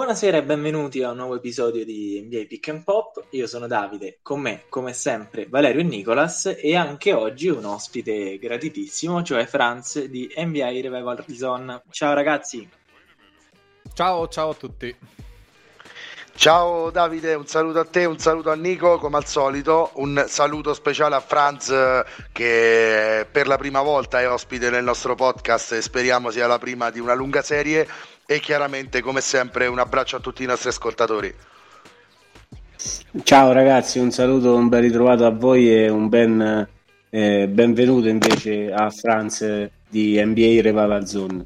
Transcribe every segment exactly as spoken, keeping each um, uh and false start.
Buonasera e benvenuti a un nuovo episodio di N B A Pick and Pop. Io sono Davide, con me, come sempre, Valerio e Nicolas, e anche oggi un ospite graditissimo, cioè Franz di N B A Revival Zone. Ciao ragazzi! Ciao, ciao a tutti! Ciao Davide, un saluto a te, un saluto a Nico, come al solito, un saluto speciale a Franz che per la prima volta è ospite nel nostro podcast e speriamo sia la prima di una lunga serie, e chiaramente come sempre un abbraccio a tutti i nostri ascoltatori. Ciao ragazzi, un saluto, un ben ritrovato a voi e un ben eh, benvenuto invece a Franz di N B A Revival Zone.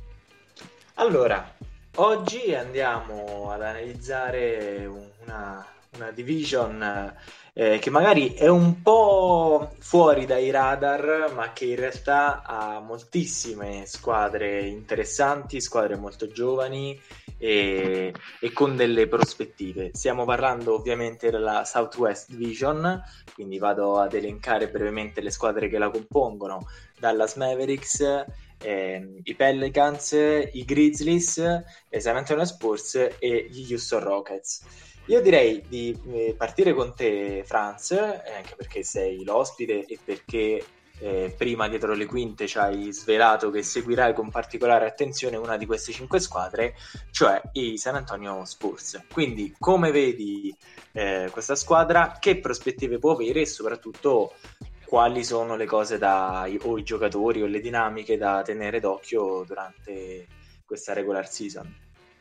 Allora, oggi andiamo ad analizzare una, una division eh, che magari è un po' fuori dai radar, ma che in realtà ha moltissime squadre interessanti, squadre molto giovani e, e con delle prospettive. Stiamo parlando ovviamente della Southwest Division, quindi vado ad elencare brevemente le squadre che la compongono: Dallas Mavericks, Eh, i Pelicans, i Grizzlies, i San Antonio Spurs e gli Houston Rockets. Io direi di eh, partire con te, Franz, eh, anche perché sei l'ospite e perché eh, prima dietro le quinte ci hai svelato che seguirai con particolare attenzione una di queste cinque squadre, cioè i San Antonio Spurs. Quindi come vedi eh, questa squadra, che prospettive può avere e soprattutto quali sono le cose da, o i giocatori o le dinamiche da tenere d'occhio durante questa regular season?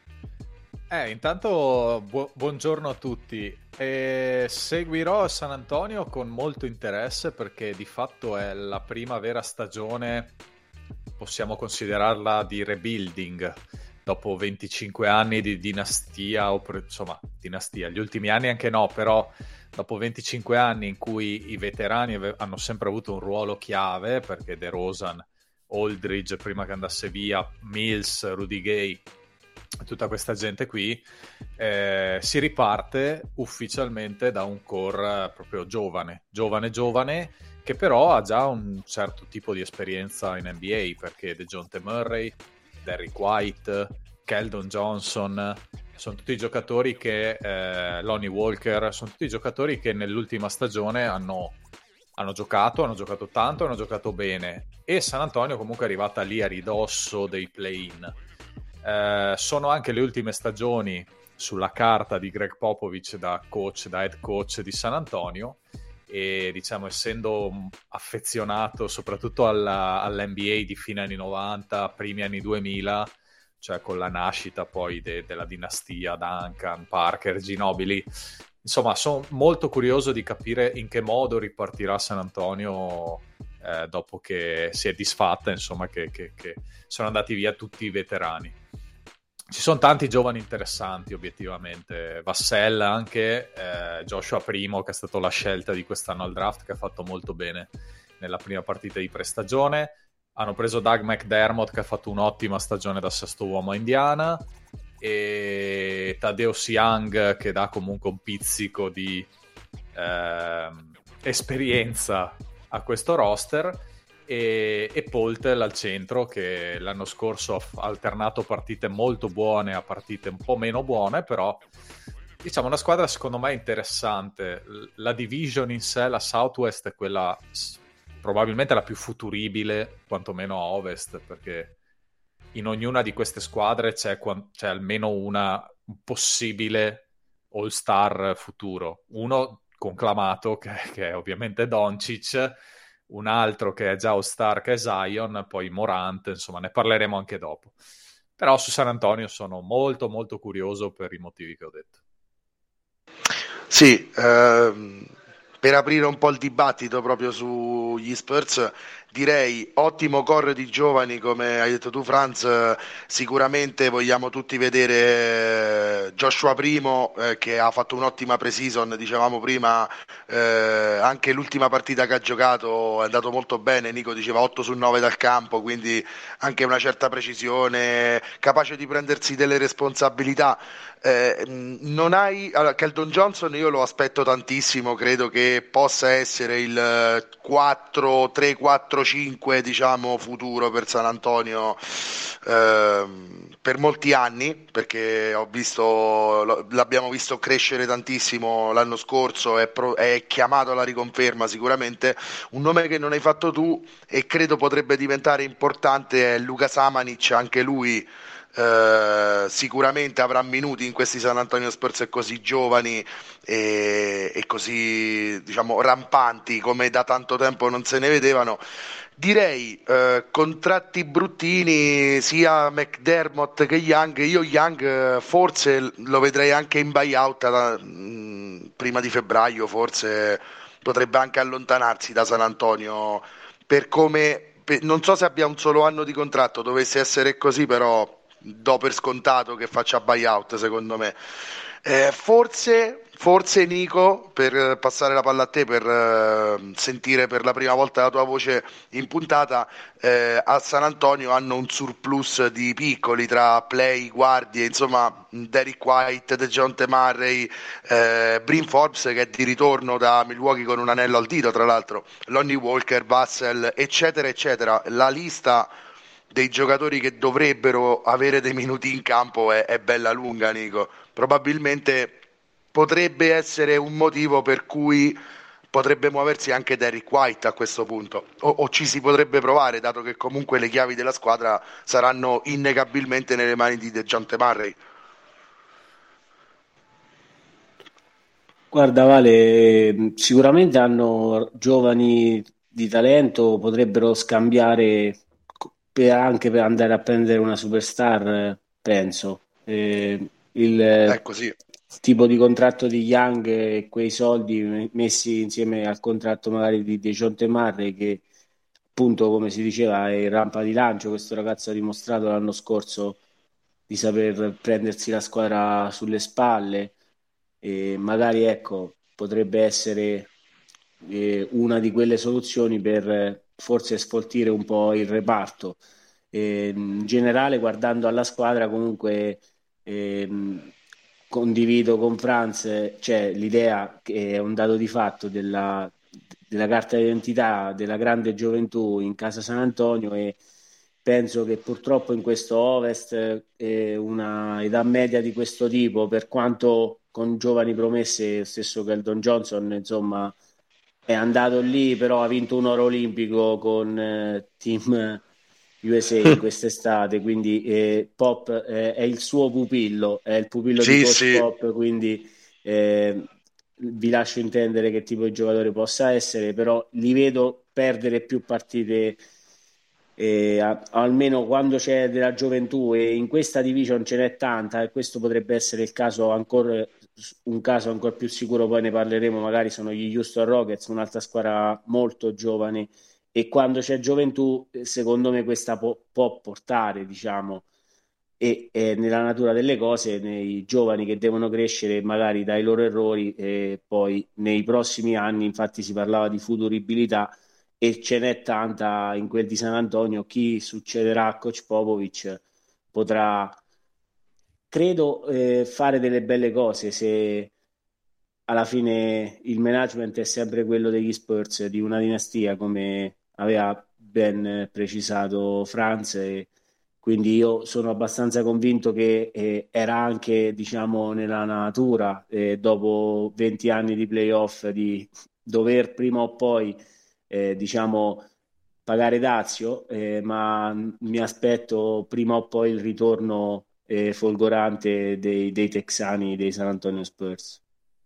Eh, intanto bu- buongiorno a tutti. E seguirò San Antonio con molto interesse perché di fatto è la prima vera stagione, possiamo considerarla di rebuilding, dopo venticinque anni di dinastia, o pre- insomma, dinastia, gli ultimi anni anche no, però dopo venticinque anni in cui i veterani ave- hanno sempre avuto un ruolo chiave, perché DeRozan, Aldridge prima che andasse via, Mills, Rudy Gay, tutta questa gente qui, eh, si riparte ufficialmente da un core proprio giovane, giovane, giovane, che però ha già un certo tipo di esperienza in N B A, perché DeJounte Murray, Derrick White, Keldon Johnson, sono tutti giocatori che, eh, Lonnie Walker, sono tutti giocatori che nell'ultima stagione hanno, hanno giocato, hanno giocato tanto, hanno giocato bene, e San Antonio comunque è arrivata lì a ridosso dei play-in. Eh, sono anche le ultime stagioni sulla carta di Greg Popovich da coach, da head coach di San Antonio, e diciamo, essendo affezionato soprattutto alla, all'N B A di fine anni novanta, primi anni duemila, cioè con la nascita poi de- della dinastia Duncan, Parker, Ginobili, insomma sono molto curioso di capire in che modo ripartirà San Antonio eh, dopo che si è disfatta, insomma, che, che, che sono andati via tutti i veterani. Ci sono tanti giovani interessanti obiettivamente, Vassell anche, eh, Joshua Primo, che è stata la scelta di quest'anno al draft, che ha fatto molto bene nella prima partita di prestagione. Hanno preso Doug McDermott, che ha fatto un'ottima stagione da sesto uomo a Indiana, e Tadeusz Young, che dà comunque un pizzico di eh, esperienza a questo roster, e, e Poltel al centro, che l'anno scorso ha alternato partite molto buone a partite un po' meno buone, però diciamo una squadra secondo me interessante. La division in sé, la Southwest, è quella probabilmente la più futuribile, quantomeno a Ovest, perché in ognuna di queste squadre c'è, c'è almeno una un possibile all-star futuro. Uno conclamato, che, che è ovviamente Doncic, un altro che è già all-star, che è Zion, poi Morant, insomma ne parleremo anche dopo. Però su San Antonio sono molto molto curioso per i motivi che ho detto. Sì, ehm, per aprire un po' il dibattito proprio sugli Spurs, direi ottimo core di giovani, come hai detto tu Franz. Sicuramente vogliamo tutti vedere Joshua Primo, eh, che ha fatto un'ottima pre-season, dicevamo prima, eh, anche l'ultima partita che ha giocato è andato molto bene, Nico diceva otto su nove dal campo, quindi anche una certa precisione, capace di prendersi delle responsabilità. Eh, non hai allora, Keldon Johnson io lo aspetto tantissimo, credo che che possa essere il quattro tre quattro cinque, diciamo, futuro per San Antonio ehm, per molti anni, perché ho visto, lo- l'abbiamo visto crescere tantissimo l'anno scorso, è, pro- è chiamato alla riconferma sicuramente. Un nome che non hai fatto tu e credo potrebbe diventare importante è Luka Samanic, anche lui eh, sicuramente avrà minuti in questi San Antonio Spurs così giovani e, e così, diciamo, rampanti come da tanto tempo non se ne vedevano. Direi eh, contratti bruttini sia McDermott che Young. Io Young eh, forse lo vedrei anche in buyout da- mh, prima di febbraio, forse potrebbe anche allontanarsi da San Antonio per come pe- non so se abbia un solo anno di contratto, dovesse essere così, però do per scontato che faccia buyout, secondo me. Eh, forse, forse Nico, per eh, passare la palla a te, per eh, sentire per la prima volta la tua voce in puntata, eh, a San Antonio hanno un surplus di piccoli tra play, guardie, insomma, Derrick White, DeJounte Murray, eh, Bryn Forbes che è di ritorno da Milwaukee con un anello al dito, tra l'altro, Lonnie Walker, Vassell, eccetera, eccetera. La lista dei giocatori che dovrebbero avere dei minuti in campo è, è bella lunga, Nico. Probabilmente potrebbe essere un motivo per cui potrebbe muoversi anche Derrick White a questo punto, o, o ci si potrebbe provare, dato che comunque le chiavi della squadra saranno innegabilmente nelle mani di DeJounte Murray. Guarda, Vale, mh, sicuramente hanno giovani di talento, potrebbero scambiare co- per- anche per andare a prendere una superstar, eh, penso. Eh, il È eh, così. tipo di contratto di Young e quei soldi me- messi insieme al contratto magari di DeJounte Murray, che appunto, come si diceva, è in rampa di lancio. Questo ragazzo ha dimostrato l'anno scorso di saper prendersi la squadra sulle spalle e magari ecco, potrebbe essere eh, una di quelle soluzioni per eh, forse sfoltire un po' il reparto. E, in generale, guardando alla squadra, comunque ehm, condivido con Franz, eh, c'è l'idea che è un dato di fatto della, della carta d'identità della grande gioventù in casa San Antonio e penso che purtroppo in questo Ovest eh, una età media di questo tipo, per quanto con giovani promesse, stesso Keldon Johnson, insomma, è andato lì, però ha vinto un oro olimpico con eh, Team U S A in quest'estate, quindi eh, Pop eh, è il suo pupillo, è il pupillo di Sì, Coach sì. Pop, quindi eh, vi lascio intendere che tipo di giocatore possa essere, però li vedo perdere più partite eh, a- almeno quando c'è della gioventù e in questa division ce n'è tanta e questo potrebbe essere il caso ancora un caso ancora più sicuro, poi ne parleremo, magari sono gli Houston Rockets, un'altra squadra molto giovane e quando c'è gioventù eh, secondo me questa può, può portare, diciamo, e, e nella natura delle cose, nei giovani che devono crescere magari dai loro errori e poi nei prossimi anni, infatti si parlava di futuribilità e ce n'è tanta in quel di San Antonio, chi succederà a Coach Popovic potrà, credo, eh, fare delle belle cose se alla fine il management è sempre quello degli Spurs, di una dinastia, come aveva ben precisato Franz, e quindi io sono abbastanza convinto che eh, era anche, diciamo, nella natura, eh, dopo venti anni di playoff, di dover prima o poi, eh, diciamo, pagare dazio, eh, ma mi aspetto prima o poi il ritorno eh, folgorante dei, dei texani dei San Antonio Spurs.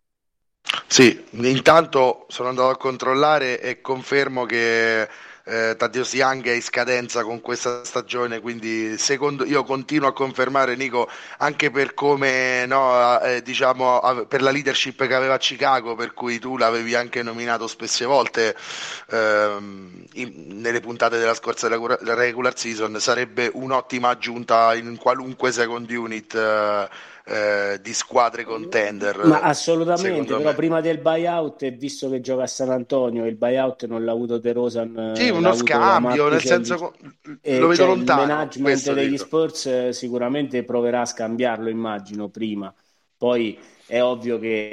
Sì, intanto sono andato a controllare e confermo che eh, Thaddeus Young è in scadenza con questa stagione, quindi secondo, io continuo a confermare, Nico, anche per come, no, eh, diciamo, ave- per la leadership che aveva a Chicago, per cui tu l'avevi anche nominato spesse volte ehm, in- nelle puntate della scorsa regula- regular season, sarebbe un'ottima aggiunta in qualunque second unit eh, eh, di squadre Ma contender, assolutamente, secondo però me. prima del buyout, e visto che gioca a San Antonio, il buyout non l'ha avuto De Rosan, Sì, eh, l'ha uno avuto scambio, Marco nel senso Cellic. co- lo E vedo cioè il lontano, management questo degli dico. Spurs eh, sicuramente proverà a scambiarlo, immagino, prima. Poi è ovvio che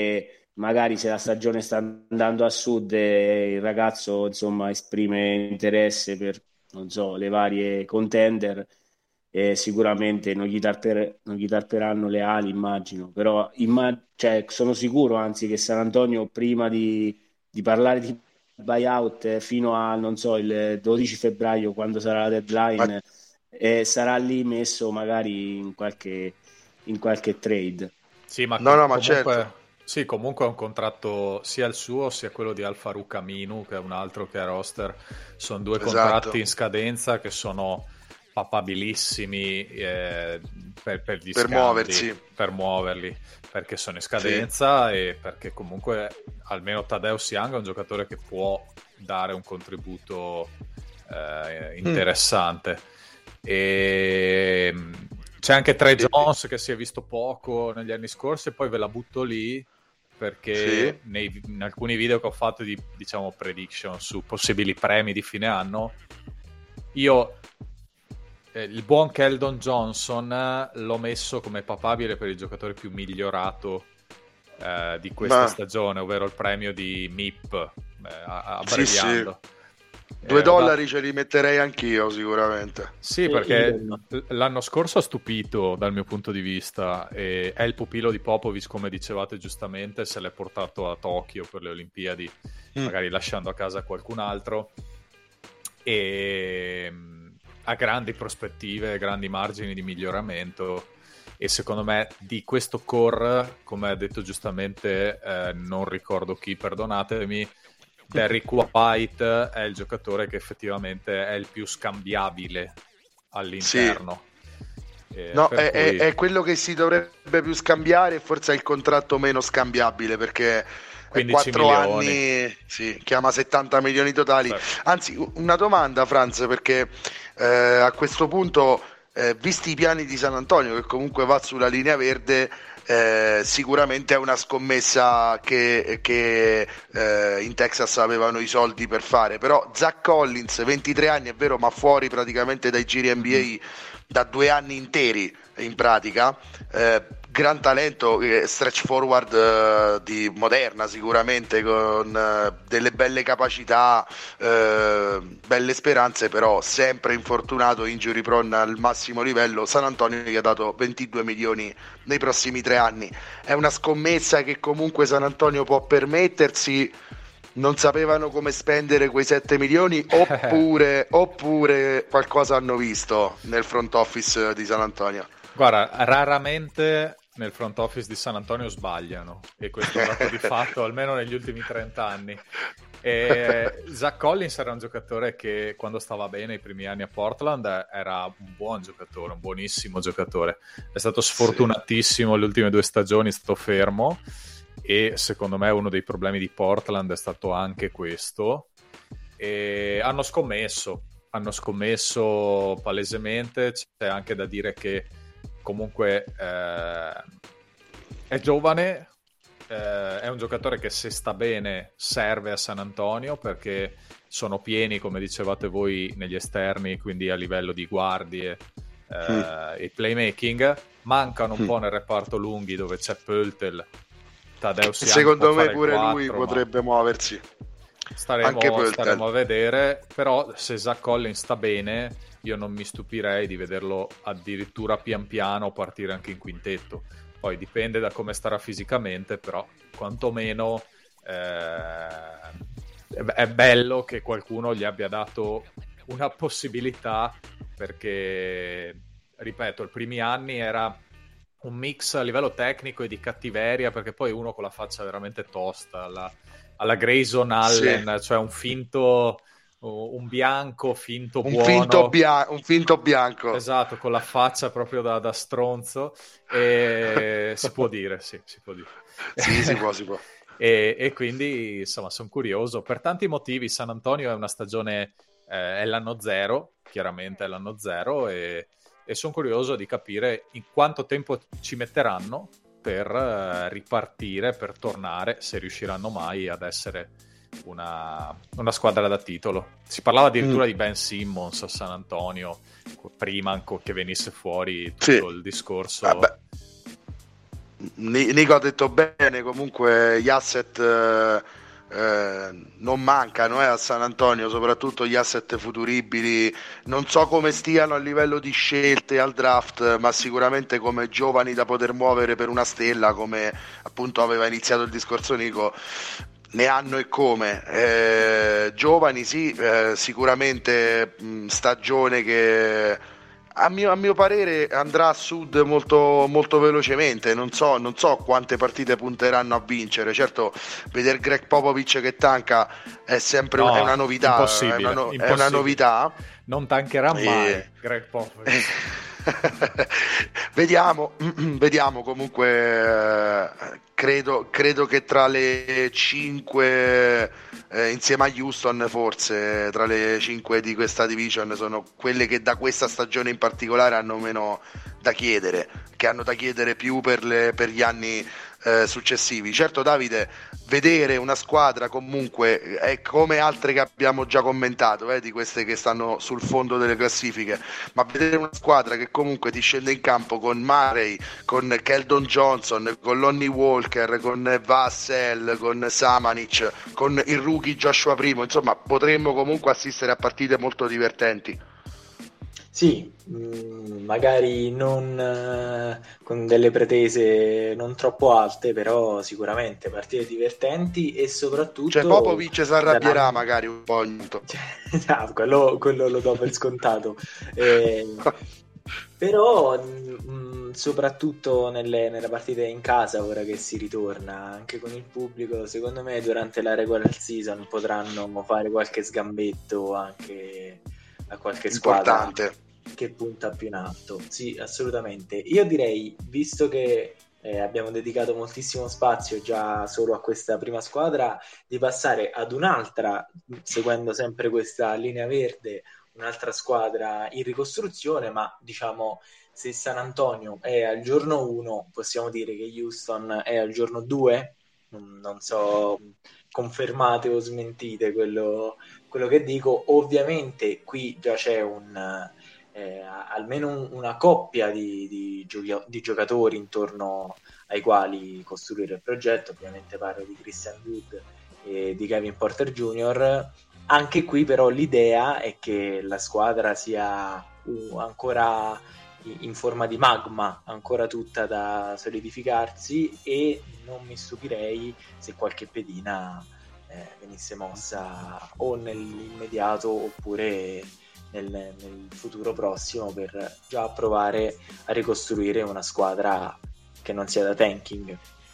magari se la stagione sta andando a sud e il ragazzo insomma esprime interesse per, non so, le varie contender, eh, sicuramente non gli, tarper- non gli tarperanno le ali, immagino, però imma- cioè, sono sicuro anzi che San Antonio prima di, di parlare di buyout eh, fino a, non so, il dodici febbraio, quando sarà la deadline, Ma... eh, sarà lì messo magari in qualche, in qualche trade. Sì, ma No, com- no, ma comunque, certo. sì, comunque è un contratto sia il suo sia quello di Al-Farouk Aminu, che è un altro che è roster. Sono due Esatto. contratti in scadenza che sono papabilissimi eh, per, per gli Per scambi, muoversi. per muoverli, perché sono in scadenza, sì. E perché comunque almeno Tadeusz Young è un giocatore che può dare un contributo eh, interessante. Mm. E c'è anche Trey Jones che si è visto poco negli anni scorsi, e poi ve la butto lì perché sì. nei, in alcuni video che ho fatto di, diciamo, prediction su possibili premi di fine anno, io eh, il buon Keldon Johnson l'ho messo come papabile per il giocatore più migliorato eh, di questa Ma... stagione, ovvero il premio di M I P, eh, abbreviando. Sì, sì. Due eh, dollari da... ce li metterei anch'io sicuramente. Sì, perché l'anno scorso ha stupito dal mio punto di vista, e è il pupillo di Popovic, come dicevate giustamente, se l'è portato a Tokyo per le Olimpiadi, mm. magari lasciando a casa qualcun altro, e ha grandi prospettive, grandi margini di miglioramento, e secondo me di questo core, come ha detto giustamente eh, non ricordo chi, perdonatemi, Derrick White è il giocatore che effettivamente è il più scambiabile all'interno. Sì. Eh, no, è, cui... è quello che si dovrebbe più scambiare, e forse è il contratto meno scambiabile, perché quattro anni, sì, chiama settanta milioni totali. Certo. Anzi, una domanda, Franz, perché eh, a questo punto, eh, visti i piani di San Antonio, che comunque va sulla linea verde, Eh, sicuramente è una scommessa che, che eh, in Texas avevano i soldi per fare, però Zach Collins, ventitré anni, è vero, ma fuori praticamente dai giri N B A mm-hmm. da due anni interi in pratica, eh, gran talento, eh, stretch forward eh, di Moderna sicuramente, con eh, delle belle capacità, eh, belle speranze, però sempre infortunato, injury prone al massimo livello. San Antonio gli ha dato ventidue milioni nei prossimi tre anni. È una scommessa che comunque San Antonio può permettersi. Non sapevano come spendere quei sette milioni, oppure, oppure qualcosa hanno visto nel front office di San Antonio? Guarda, raramente nel front office di San Antonio sbagliano, e questo è un dato di fatto almeno negli ultimi trenta anni. E Zach Collins era un giocatore che quando stava bene i primi anni a Portland era un buon giocatore, un buonissimo giocatore. È stato sfortunatissimo sì. le ultime due stagioni, è stato fermo, e secondo me uno dei problemi di Portland è stato anche questo. E hanno scommesso hanno scommesso palesemente. C'è anche da dire che comunque eh, è giovane, eh, è un giocatore che se sta bene serve a San Antonio, perché sono pieni, come dicevate voi, negli esterni, quindi a livello di guardie eh, mm. e playmaking. Mancano un mm. po' nel reparto lunghi, dove c'è Pöltl, Tadeusz Young, secondo me pure quattro, lui potrebbe muoversi. Staremo, staremo a vedere, però se Zach Collins sta bene, io non mi stupirei di vederlo addirittura pian piano partire anche in quintetto. Poi dipende da come starà fisicamente, però quantomeno eh, è bello che qualcuno gli abbia dato una possibilità, perché, ripeto, i primi anni era un mix a livello tecnico e di cattiveria, perché poi uno con la faccia veramente tosta, la alla Grayson Allen, sì. cioè un finto, un bianco finto un buono. Finto bia- un finto bianco. Esatto, con la faccia proprio da, da stronzo. E si può dire, sì, si può dire. Sì, si può, si può. E, e quindi, insomma, sono curioso. Per tanti motivi San Antonio è una stagione, eh, è l'anno zero, chiaramente è l'anno zero, e, e sono curioso di capire in quanto tempo ci metteranno per uh, ripartire, per tornare, se riusciranno mai ad essere una, una squadra da titolo. Si parlava addirittura mm. di Ben Simmons a San Antonio prima che venisse fuori tutto sì. il discorso. Vabbè. Nico ha detto bene, comunque gli asset eh, eh, non mancano eh, a San Antonio, soprattutto gli asset futuribili. Non so come stiano a livello di scelte al draft, ma sicuramente come giovani da poter muovere per una stella, come appunto aveva iniziato il discorso Nico, ne hanno e come. Eh, giovani sì, eh, sicuramente mh, stagione che a mio, a mio parere andrà a sud molto, molto velocemente. Non so, non so quante partite punteranno a vincere. Certo, vedere Greg Popovich che tanca è sempre No, è una novità. impossibile, È una, no- è impossibile. una novità. Non tancherà mai E- Greg Popovich. vediamo, vediamo comunque. eh, credo, credo che tra le cinque, eh, insieme a Houston, forse tra le cinque di questa division, sono quelle che da questa stagione in particolare hanno meno da chiedere, che hanno da chiedere più per, le, per gli anni eh, successivi. Certo, Davide, vedere una squadra comunque è come altre che abbiamo già commentato, eh, di queste che stanno sul fondo delle classifiche, ma vedere una squadra che comunque ti scende in campo con Murray, con Keldon Johnson, con Lonnie Walker, con Vassell, con Samanic, con il rookie Joshua Primo, insomma potremmo comunque assistere a partite molto divertenti. Sì, mh, magari non eh, con delle pretese non troppo alte, però sicuramente partite divertenti e Cioè soprattutto Popovic si arrabbierà daranno... magari un po'. Ah, quello, quello lo do per scontato. Eh, però mh, soprattutto nelle, nelle partite in casa, ora che si ritorna anche con il pubblico, secondo me durante la regular season potranno fare qualche sgambetto anche a qualche squadra Importante. che punta più in alto. Sì, assolutamente. Io direi, visto che eh, abbiamo dedicato moltissimo spazio già solo a questa prima squadra, di passare ad un'altra, seguendo sempre questa linea verde, un'altra squadra in ricostruzione, ma diciamo se San Antonio è al giorno uno, possiamo dire che Houston è al giorno due? Non, non so, confermate o smentite quello, quello che dico. Ovviamente qui già c'è un... Eh, almeno un, una coppia di, di, giochi- di giocatori intorno ai quali costruire il progetto. Ovviamente parlo di Christian Wood e di Kevin Porter Junior Anche qui però l'idea è che la squadra sia uh, ancora in forma di magma, ancora tutta da solidificarsi, e non mi stupirei se qualche pedina eh, venisse mossa o nell'immediato oppure nel, nel futuro prossimo, per già provare a ricostruire una squadra che non sia da tanking.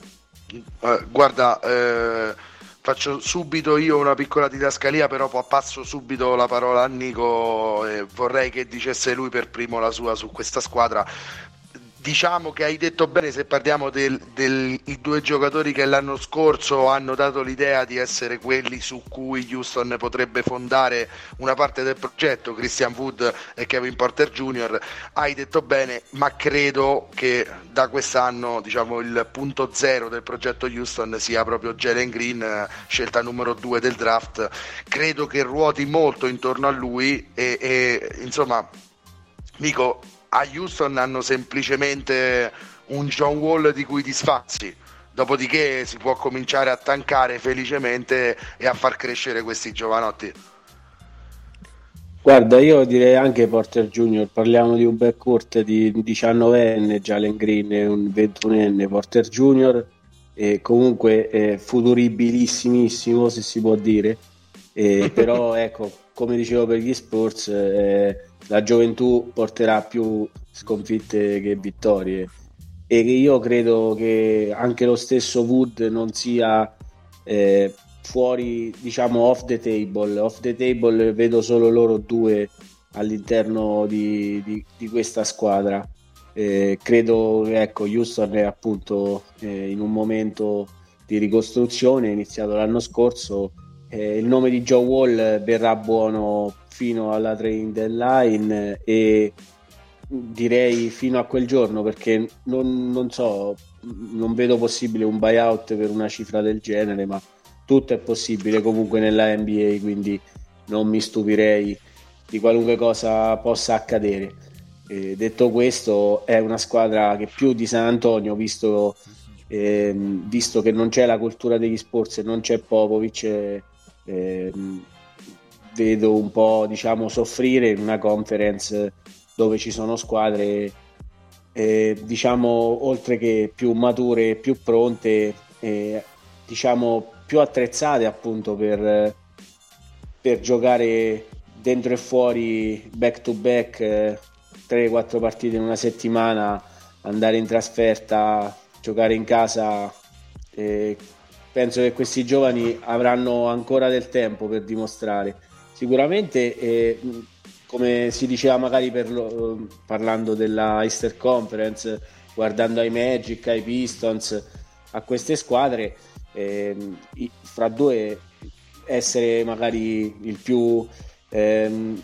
Eh, guarda, eh, faccio subito io una piccola didascalia, però poi passo subito la parola a Nico e vorrei che dicesse lui per primo la sua su questa squadra. Diciamo che hai detto bene, se parliamo dei due giocatori che l'anno scorso hanno dato l'idea di essere quelli su cui Houston potrebbe fondare una parte del progetto, Christian Wood e Kevin Porter Junior, hai detto bene, ma credo che da quest'anno, diciamo, il punto zero del progetto Houston sia proprio Jalen Green, scelta numero due del draft. Credo che ruoti molto intorno a lui e, e insomma, Nico, a Houston hanno semplicemente un John Wall di cui disfarsi, dopodiché si può cominciare a tankare felicemente e a far crescere questi giovanotti. Guarda, io direi anche Porter Junior, parliamo di un backcourt di diciannovenne Jalen Green e un ventunenne Porter Junior, e comunque eh, futuribilissimissimo, se si può dire, eh, però ecco, come dicevo per gli Spurs, eh, la gioventù porterà più sconfitte che vittorie, e io credo che anche lo stesso Wood non sia eh, fuori, diciamo, off the table. Off the table vedo solo loro due all'interno di, di, di questa squadra. Eh, credo che ecco, Houston è appunto eh, in un momento di ricostruzione, è iniziato l'anno scorso. Eh, il nome di Joe Wall verrà buono fino alla trading deadline e direi fino a quel giorno, perché non, non so, non vedo possibile un buyout per una cifra del genere, ma tutto è possibile comunque nella N B A, quindi non mi stupirei di qualunque cosa possa accadere. eh, detto questo, è una squadra che più di San Antonio, visto, eh, visto che non c'è la cultura degli Spurs e non c'è Popovic, eh, eh, vedo un po', diciamo, soffrire in una conference dove ci sono squadre, eh, diciamo, oltre che più mature, più pronte, eh, diciamo, più attrezzate appunto per, per giocare dentro e fuori back to back, eh, tre quattro partite in una settimana, andare in trasferta, giocare in casa. Eh, penso che questi giovani avranno ancora del tempo per dimostrare. Sicuramente, eh, come si diceva magari per lo, parlando della Easter Conference, guardando ai Magic, ai Pistons, a queste squadre, eh, fra due essere magari il più ehm,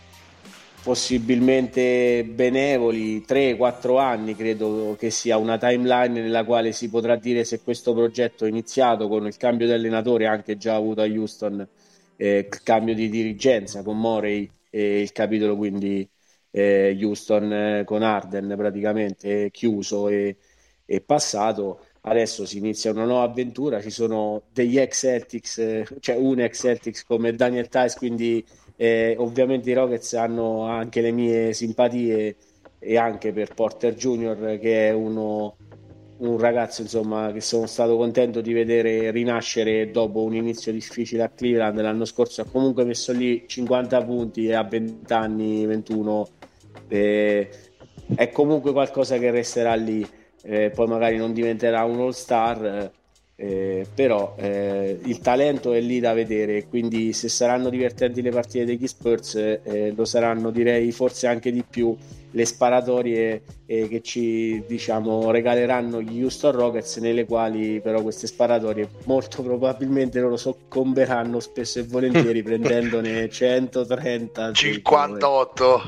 possibilmente benevoli, tre quattro anni credo che sia una timeline nella quale si potrà dire se questo progetto è iniziato con il cambio di allenatore anche già avuto a Houston, eh, il cambio di dirigenza con Morey e il capitolo quindi eh, Houston eh, con Harden praticamente chiuso e, e passato. Adesso si inizia una nuova avventura, ci sono degli ex Celtics, eh, cioè un ex Celtics come Daniel Tice, quindi eh, ovviamente i Rockets hanno anche le mie simpatie, e anche per Porter Junior, che è uno, un ragazzo insomma che sono stato contento di vedere rinascere dopo un inizio difficile a Cleveland. L'anno scorso ha comunque messo lì cinquanta punti e a venti anni, ventuno, eh, è comunque qualcosa che resterà lì. Eh, poi magari non diventerà un all star, eh, però eh, il talento è lì da vedere, quindi se saranno divertenti le partite degli Spurs, eh, lo saranno, direi forse anche di più le sparatorie eh, che ci, diciamo, regaleranno gli Houston Rockets, nelle quali però queste sparatorie molto probabilmente loro soccomberanno spesso e volentieri prendendone centotrenta cinquantotto.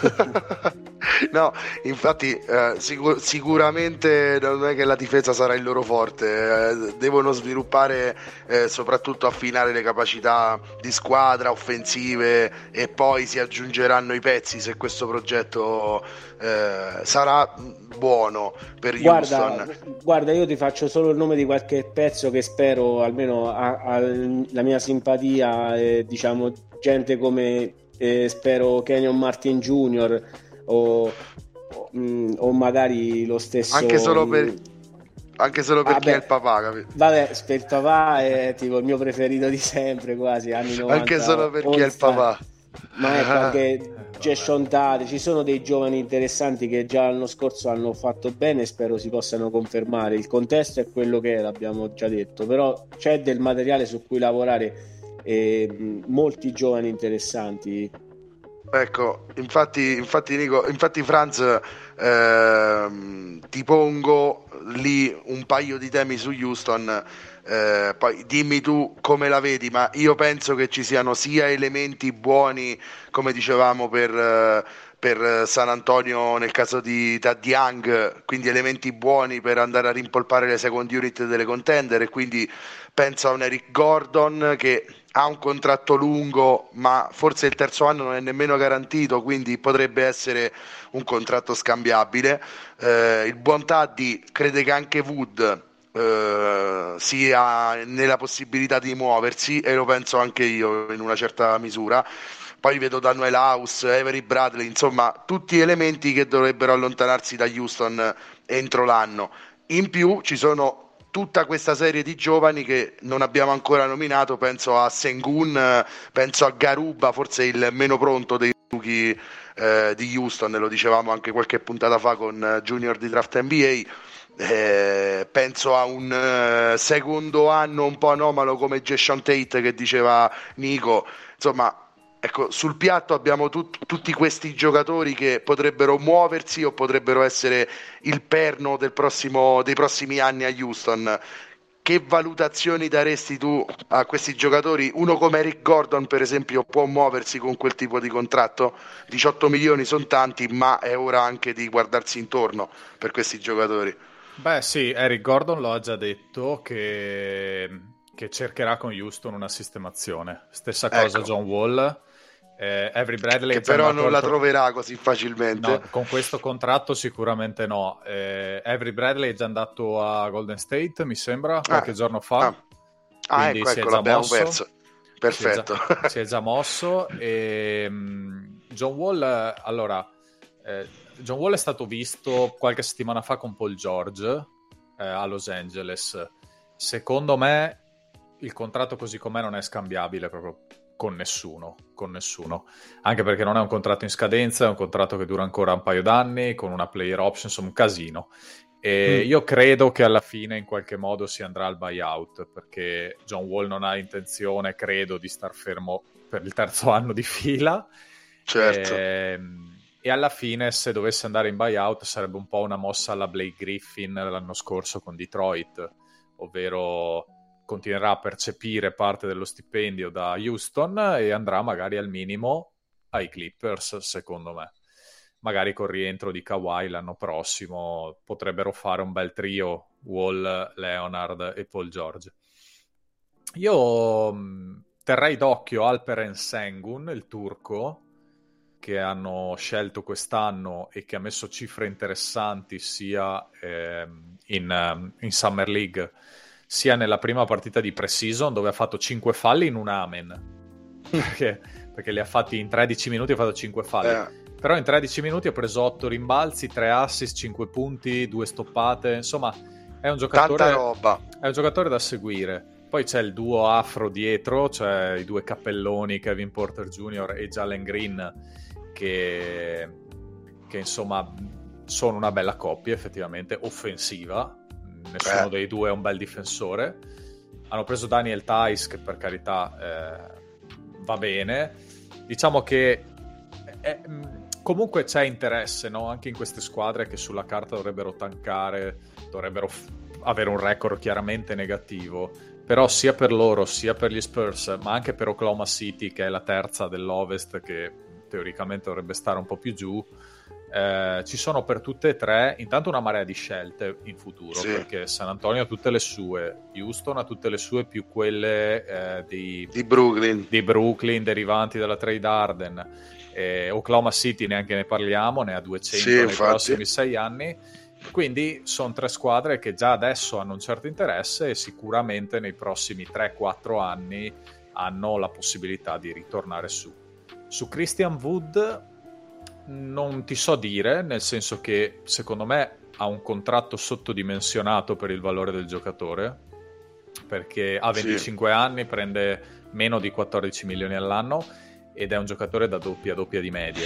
No, infatti eh, sicur- sicuramente non è che la difesa sarà il loro forte, eh, devono sviluppare, eh, soprattutto affinare le capacità di squadra offensive, e poi si aggiungeranno i pezzi se questo progetto eh, sarà buono per Guarda, Houston. guarda, io ti faccio solo il nome di qualche pezzo che spero almeno ha, ha la mia simpatia, eh, diciamo gente come eh, spero Kenyon Martin Junior o, o, mh, o magari lo stesso, Anche solo per, mh, anche solo per ah, chi beh, è il papà, capito? vabbè, per il papà è tipo il mio preferito di sempre, quasi anni novanta, Anche solo per chi è il All-Star. papà. Ma ecco, anche vabbè. Jason Tate, ci sono dei giovani interessanti che già l'anno scorso hanno fatto bene, spero si possano confermare. Il contesto è quello che è, l'abbiamo già detto, però c'è del materiale su cui lavorare e mh, molti giovani interessanti. Ecco, infatti, infatti Nico, infatti Franz, ehm, ti pongo lì un paio di temi su Houston, eh, poi dimmi tu come la vedi, ma io penso che ci siano sia elementi buoni, come dicevamo per, eh, per San Antonio nel caso di Thad Young, quindi elementi buoni per andare a rimpolpare le second unit delle contender, e quindi penso a un Eric Gordon che ha un contratto lungo, ma forse il terzo anno non è nemmeno garantito, quindi potrebbe essere un contratto scambiabile. Eh, il buon Taddy crede che anche Wood eh, sia nella possibilità di muoversi, e lo penso anche io in una certa misura. Poi vedo Daniel House, Avery Bradley, insomma tutti elementi che dovrebbero allontanarsi da Houston entro l'anno. In più ci sono tutta questa serie di giovani che non abbiamo ancora nominato, penso a Sengun, penso a Garuba, forse il meno pronto dei rookie eh, di Houston, lo dicevamo anche qualche puntata fa con Junior di Draft N B A, eh, penso a un eh, secondo anno un po' anomalo come Jason Tate che diceva Nico, insomma. Ecco, sul piatto abbiamo tut- tutti questi giocatori che potrebbero muoversi o potrebbero essere il perno del prossimo, dei prossimi anni a Houston. Che valutazioni daresti tu a questi giocatori? Uno come Eric Gordon, per esempio, può muoversi con quel tipo di contratto? diciotto milioni sono tanti, ma è ora anche di guardarsi intorno per questi giocatori. Beh sì, Eric Gordon lo ha già detto che, che cercherà con Houston una sistemazione. Stessa cosa Ecco. John Wall. Eh, Avery Bradley che però non la altro... troverà così facilmente. No, con questo contratto sicuramente no. Eh, Avery Bradley è già andato a Golden State, mi sembra, qualche ah, giorno fa. Ah, ah ecco, ecco, l'abbiamo mosso. perso. Perfetto. Si è già, si è già mosso. E, um, John Wall, allora, eh, John Wall è stato visto qualche settimana fa con Paul George eh, a Los Angeles. Secondo me il contratto così com'è non è scambiabile proprio con nessuno, con nessuno, anche perché non è un contratto in scadenza, è un contratto che dura ancora un paio d'anni con una player option, insomma un casino. E mm. io credo che alla fine in qualche modo si andrà al buyout, perché John Wall non ha intenzione, credo, di star fermo per il terzo anno di fila. Certo. E, e alla fine, se dovesse andare in buyout, sarebbe un po' una mossa alla Blake Griffin l'anno scorso con Detroit, ovvero continuerà a percepire parte dello stipendio da Houston e andrà magari al minimo ai Clippers, secondo me. Magari con rientro di Kawhi l'anno prossimo potrebbero fare un bel trio, Wall, Leonard e Paul George. Io mh, terrei d'occhio Alperen Sengun, il turco, che hanno scelto quest'anno e che ha messo cifre interessanti sia eh, in, in Summer League sia nella prima partita di pre-season, dove ha fatto cinque falli in un amen, perché, perché li ha fatti in tredici minuti, ha fatto cinque falli. Eh. Però in tredici minuti ha preso otto rimbalzi, tre assist, cinque punti, due stoppate, insomma è un giocatore, tanta roba. È un giocatore da seguire. Poi c'è il duo afro dietro, cioè i due cappelloni, Kevin Porter Junior e Jalen Green, che, che insomma sono una bella coppia effettivamente, offensiva. Nessuno eh. dei due è un bel difensore. Hanno preso Daniel Theis, che per carità eh, va bene. Diciamo che è, comunque c'è interesse, no? Anche in queste squadre che sulla carta dovrebbero tankare, dovrebbero f- avere un record chiaramente negativo, però sia per loro sia per gli Spurs, ma anche per Oklahoma City, che è la terza dell'Ovest, che teoricamente dovrebbe stare un po' più giù, eh, ci sono per tutte e tre intanto una marea di scelte in futuro, sì. Perché San Antonio ha tutte le sue, Houston ha tutte le sue, più quelle eh, di, di Brooklyn di Brooklyn derivanti dalla trade Harden. eh, Oklahoma City neanche ne parliamo, ne ha duecento sì, nei infatti. prossimi sei anni, quindi sono tre squadre che già adesso hanno un certo interesse e sicuramente nei prossimi tre quattro anni hanno la possibilità di ritornare su. Su Christian Wood non ti so dire, nel senso che secondo me ha un contratto sottodimensionato per il valore del giocatore, perché ha venticinque sì. anni, prende meno di quattordici milioni all'anno ed è un giocatore da doppia doppia di media.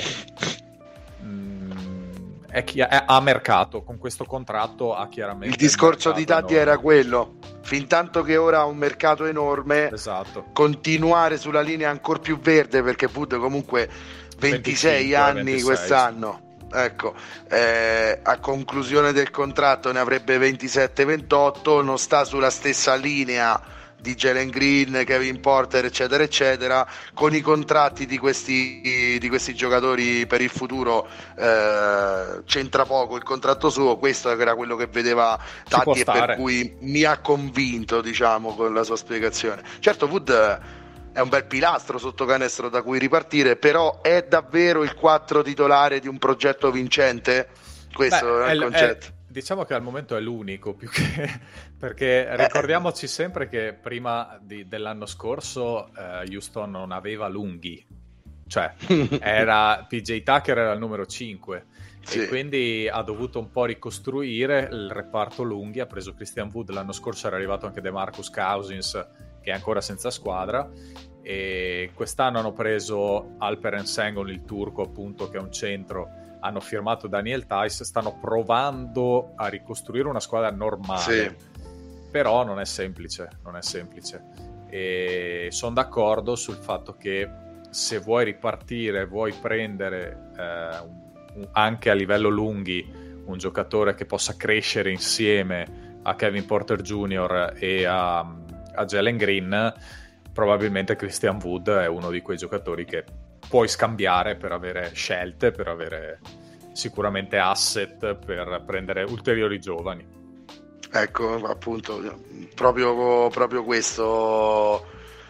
Mm, è chi è, ha mercato, con questo contratto ha chiaramente il discorso di Tati enorme. Era quello, fin tanto che ora ha un mercato enorme, esatto. Continuare sulla linea ancora più verde, perché Wood comunque ventisei venticinque, anni ventisei, quest'anno, sì. Ecco, eh, a conclusione del contratto ne avrebbe ventisette ventotto, non sta sulla stessa linea di Jalen Green, Kevin Porter eccetera eccetera. Con i contratti di questi, di questi giocatori per il futuro eh, c'entra poco il contratto suo, questo era quello che vedeva Tati e per cui mi ha convinto, diciamo, con la sua spiegazione. Certo, Wood è un bel pilastro sotto canestro da cui ripartire, però è davvero il quattro titolare di un progetto vincente? Questo Beh, è il concetto. È, diciamo che al momento è l'unico, più che perché ricordiamoci sempre che prima di, dell'anno scorso eh, Houston non aveva lunghi, cioè era P J Tucker era il numero cinque, sì. E quindi ha dovuto un po' ricostruire il reparto lunghi. Ha preso Christian Wood, l'anno scorso era arrivato anche DeMarcus Cousins, che è ancora senza squadra, e quest'anno hanno preso Alperen Sengun, il turco appunto, che è un centro, hanno firmato Daniel Theis, stanno provando a ricostruire una squadra normale, sì. Però non è semplice, non è semplice, e sono d'accordo sul fatto che se vuoi ripartire, vuoi prendere eh, un, anche a livello lunghi un giocatore che possa crescere insieme a Kevin Porter Junior e a, a Jalen Green, probabilmente Christian Wood è uno di quei giocatori che puoi scambiare per avere scelte, per avere sicuramente asset, per prendere ulteriori giovani. Ecco, appunto, proprio, proprio questo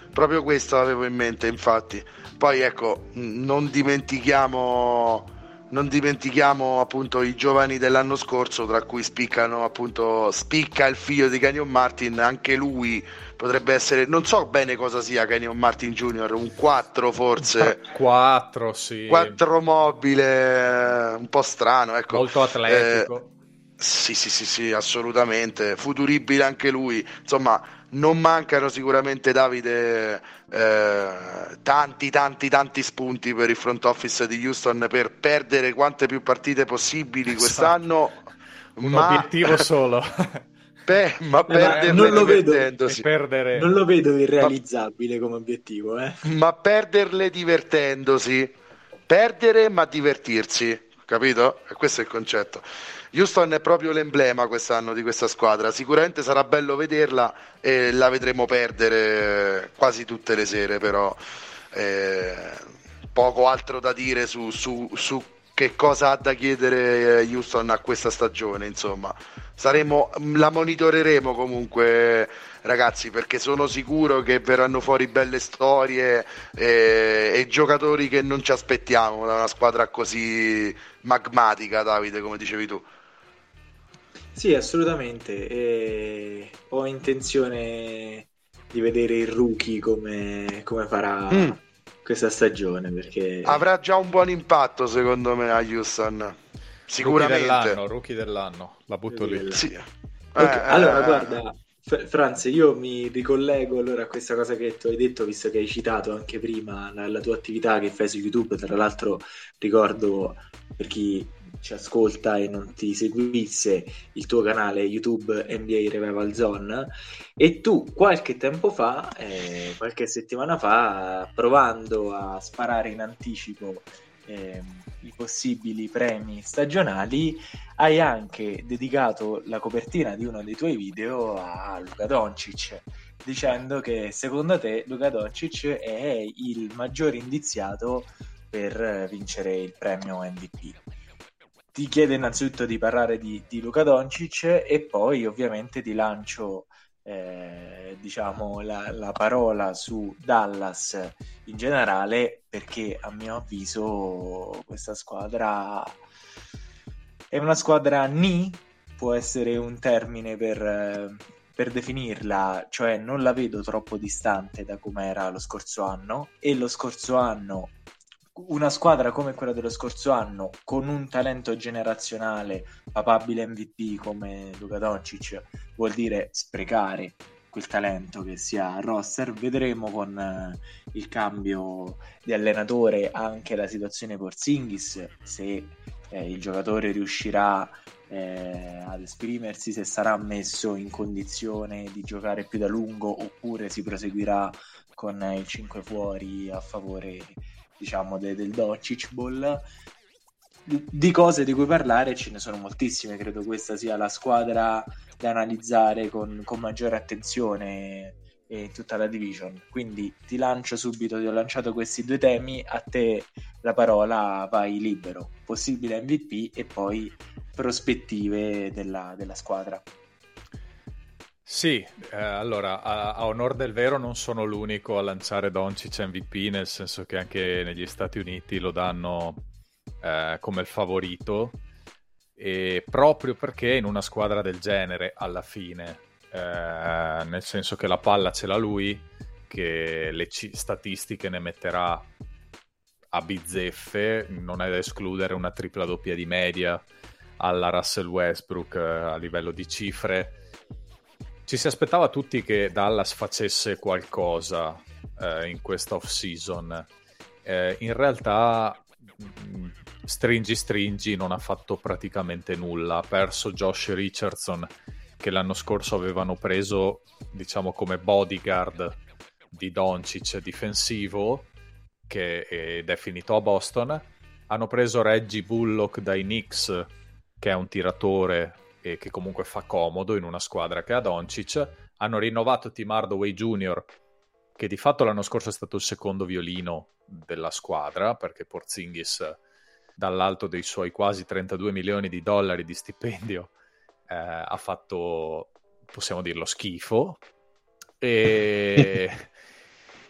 proprio questo avevo in mente, infatti. Poi ecco, non dimentichiamo non dimentichiamo appunto i giovani dell'anno scorso, tra cui spiccano appunto spicca il figlio di Kenyon Martin, anche lui potrebbe essere, non so bene cosa sia Kenyon Martin Junior, un quattro forse, quattro, sì, quattro mobile, un po' strano, ecco. Molto atletico. Eh, sì, sì, sì, sì, assolutamente, futuribile anche lui, insomma, non mancano sicuramente, Davide, eh, tanti, tanti, tanti spunti per il front office di Houston per perdere quante più partite possibili quest'anno, esatto. Un ma... obiettivo solo. Beh, ma Eh, perderle non lo vedo, divertendosi. Perdere... non lo vedo irrealizzabile come obiettivo, eh. Ma perderle divertendosi, perdere ma divertirsi, capito? E questo è il concetto. Houston è proprio l'emblema quest'anno di questa squadra, sicuramente sarà bello vederla e la vedremo perdere quasi tutte le sere, però eh, poco altro da dire su, su, su che cosa ha da chiedere Houston a questa stagione, insomma. Saremo, la monitoreremo comunque, ragazzi, perché sono sicuro che verranno fuori belle storie e, e giocatori che non ci aspettiamo da una squadra così magmatica, Davide, come dicevi tu. Sì, assolutamente. E ho intenzione di vedere il rookie come, come farà Mm. questa stagione, perché Avrà già un buon impatto, secondo me, a Houston. Sicuramente. Rookie dell'anno, rookie dell'anno, la butto Rookie lì. dell'anno. Sì. Ok, Eh, allora eh, guarda, F- Franz, io mi ricollego allora a questa cosa che tu hai detto, visto che hai citato anche prima la, la tua attività che fai su YouTube. Tra l'altro ricordo, per chi ci ascolta e non ti seguisse, il tuo canale YouTube N B A Revival Zone, e tu qualche tempo fa, eh, qualche settimana fa, provando a sparare in anticipo ehm, i possibili premi stagionali, hai anche dedicato la copertina di uno dei tuoi video a Luka Doncic, dicendo che secondo te Luka Doncic è il maggiore indiziato per vincere il premio M V P. Ti chiedo innanzitutto di parlare di, di Luka Doncic e poi ovviamente ti lancio eh, diciamo la, la parola su Dallas in generale, perché a mio avviso questa squadra è una squadra ni, può essere un termine per, per definirla, cioè non la vedo troppo distante da come era lo scorso anno, e lo scorso anno una squadra come quella dello scorso anno, con un talento generazionale papabile M V P come Luka Doncic, vuol dire sprecare quel talento che si ha al roster. Vedremo con eh, il cambio di allenatore anche la situazione Porzingis, se eh, il giocatore riuscirà eh, ad esprimersi, se sarà messo in condizione di giocare più da lungo oppure si proseguirà con eh, il cinque fuori a favore, diciamo, de- del Doncic Ball. Di cose di cui parlare ce ne sono moltissime, credo questa sia la squadra da analizzare con, con maggiore attenzione in tutta la division, quindi ti lancio subito, ti ho lanciato questi due temi, a te la parola, vai libero, possibile M V P e poi prospettive della, della squadra. Sì, eh, allora, a, a onor del vero non sono l'unico a lanciare Doncic M V P, nel senso che anche negli Stati Uniti lo danno eh, come il favorito, e proprio perché in una squadra del genere, alla fine, eh, nel senso che la palla ce l'ha lui, che le c- statistiche ne metterà a bizzeffe, non è da escludere una tripla doppia di media alla Russell Westbrook eh, a livello di cifre. Ci si aspettava tutti che Dallas facesse qualcosa eh, in questa off-season. Eh, in realtà, mh, stringi stringi, non ha fatto praticamente nulla. Ha perso Josh Richardson, che l'anno scorso avevano preso, diciamo, come bodyguard di Doncic difensivo, che ed è finito a Boston. Hanno preso Reggie Bullock dai Knicks, che è un tiratore e che comunque fa comodo in una squadra che ha Doncic. Hanno rinnovato Tim Hardaway Junior, che di fatto l'anno scorso è stato il secondo violino della squadra, perché Porzingis, dall'alto dei suoi quasi trentadue milioni di dollari di stipendio, eh, ha fatto, possiamo dirlo, schifo. E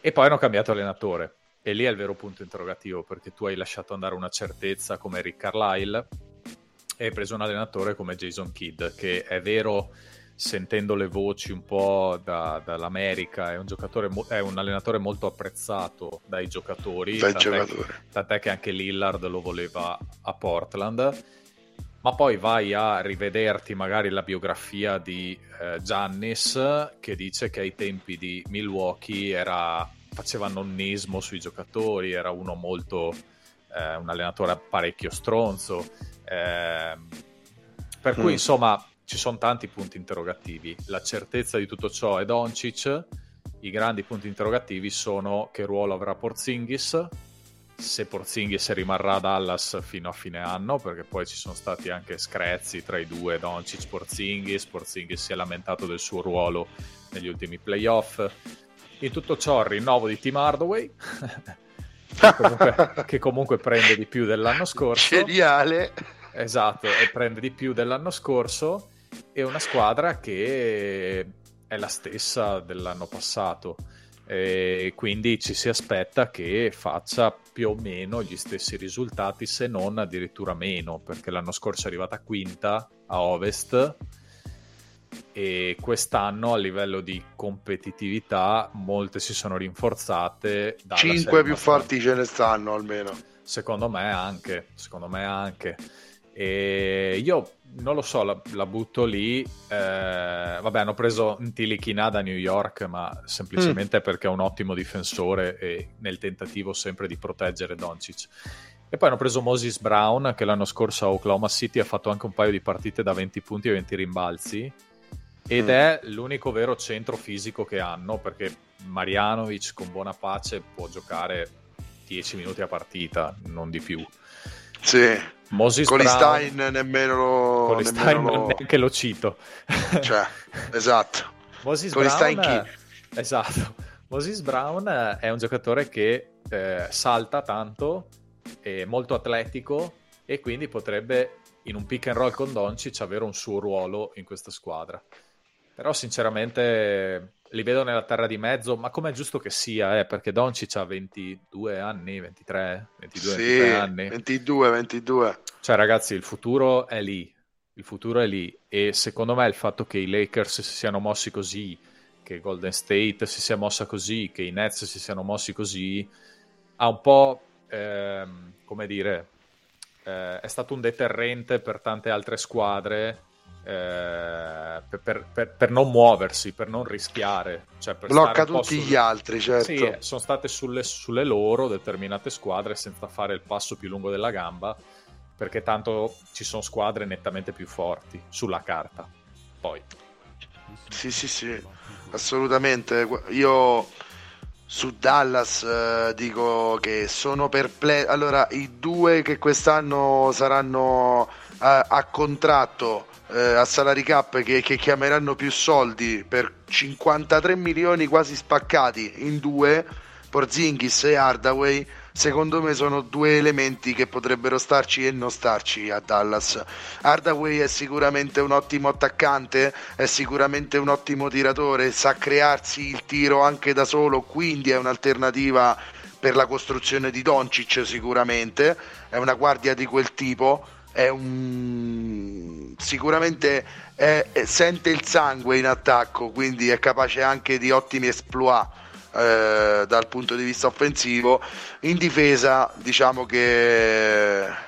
E poi hanno cambiato allenatore, e lì è il vero punto interrogativo, perché tu hai lasciato andare una certezza come Rick Carlisle e hai preso un allenatore come Jason Kidd, che è vero, sentendo le voci un po' da, dall'America, è un giocatore, è un allenatore molto apprezzato dai giocatori, dai tant'è, giocatori. tant'è che anche Lillard lo voleva a Portland. Ma poi vai a rivederti magari la biografia di eh, Giannis, che dice che ai tempi di Milwaukee era, faceva nonnismo sui giocatori, era uno molto, eh, un allenatore parecchio stronzo, eh, per cui mm. insomma ci sono tanti punti interrogativi. La certezza di tutto ciò è Doncic, i grandi punti interrogativi sono che ruolo avrà Porzingis, se Porzingis rimarrà a Dallas fino a fine anno, perché poi ci sono stati anche screzi tra i due, Doncic, Porzingis, Porzingis si è lamentato del suo ruolo negli ultimi playoff. In tutto ciò il rinnovo di Tim Hardaway che, comunque, che comunque prende di più dell'anno scorso, geniale, esatto, e prende di più dell'anno scorso, e una squadra che è la stessa dell'anno passato, e quindi ci si aspetta che faccia più o meno gli stessi risultati, se non addirittura meno, perché l'anno scorso è arrivata quinta a Ovest e quest'anno a livello di competitività molte si sono rinforzate. Cinque più forti ce ne stanno almeno, secondo me anche secondo me anche e io non lo so, la, la butto lì. Eh, vabbè, hanno preso Ntilikina da New York, ma semplicemente mm. perché è un ottimo difensore e nel tentativo sempre di proteggere Doncic. E poi hanno preso Moses Brown, che l'anno scorso a Oklahoma City ha fatto anche un paio di partite da venti punti e venti rimbalzi, ed mm. è l'unico vero centro fisico che hanno, perché Marjanovic con buona pace può giocare dieci minuti a partita, non di più. Sì. Moses con Brown, Stein nemmeno lo, con Stein nemmeno lo... neanche lo cito, cioè, esatto. Moses con Brown, Stein chi? Esatto. Moses Brown è un giocatore che eh, salta tanto, è molto atletico, e quindi potrebbe in un pick and roll con Doncic avere un suo ruolo in questa squadra. Però sinceramente li vedo nella terra di mezzo, ma come è giusto che sia, eh, perché Doncic ha ventidue anni, ventitré, ventidue, sì, ventitré anni. ventidue, ventidue. Cioè ragazzi, il futuro è lì, il futuro è lì, e secondo me il fatto che i Lakers si siano mossi così, che Golden State si sia mossa così, che i Nets si siano mossi così, ha un po', ehm, come dire, eh, è stato un deterrente per tante altre squadre, eh, per, per, per, per non muoversi, per non rischiare, cioè per blocca tutti sul... sul... gli altri, certo. Sì, sono state sulle, sulle loro determinate squadre senza fare il passo più lungo della gamba, perché tanto ci sono squadre nettamente più forti sulla carta. Poi sì sì sì, assolutamente. Io su Dallas eh, dico che sono perplesso. Allora, i due che quest'anno saranno a, a contratto eh, a salary cap, che, che chiameranno più soldi, per cinquantatré milioni quasi spaccati in due, Porzingis e Hardaway, secondo me sono due elementi che potrebbero starci e non starci a Dallas. Hardaway è sicuramente un ottimo attaccante, è sicuramente un ottimo tiratore, sa crearsi il tiro anche da solo, quindi è un'alternativa per la costruzione di Doncic, sicuramente è una guardia di quel tipo, è un... sicuramente è... sente il sangue in attacco, quindi è capace anche di ottimi exploit eh, dal punto di vista offensivo. In difesa diciamo che eh,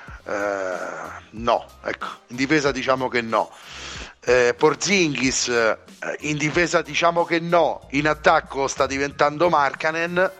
no, ecco, in difesa diciamo che no. eh, Porzingis eh, in difesa diciamo che no, in attacco sta diventando Markkanen.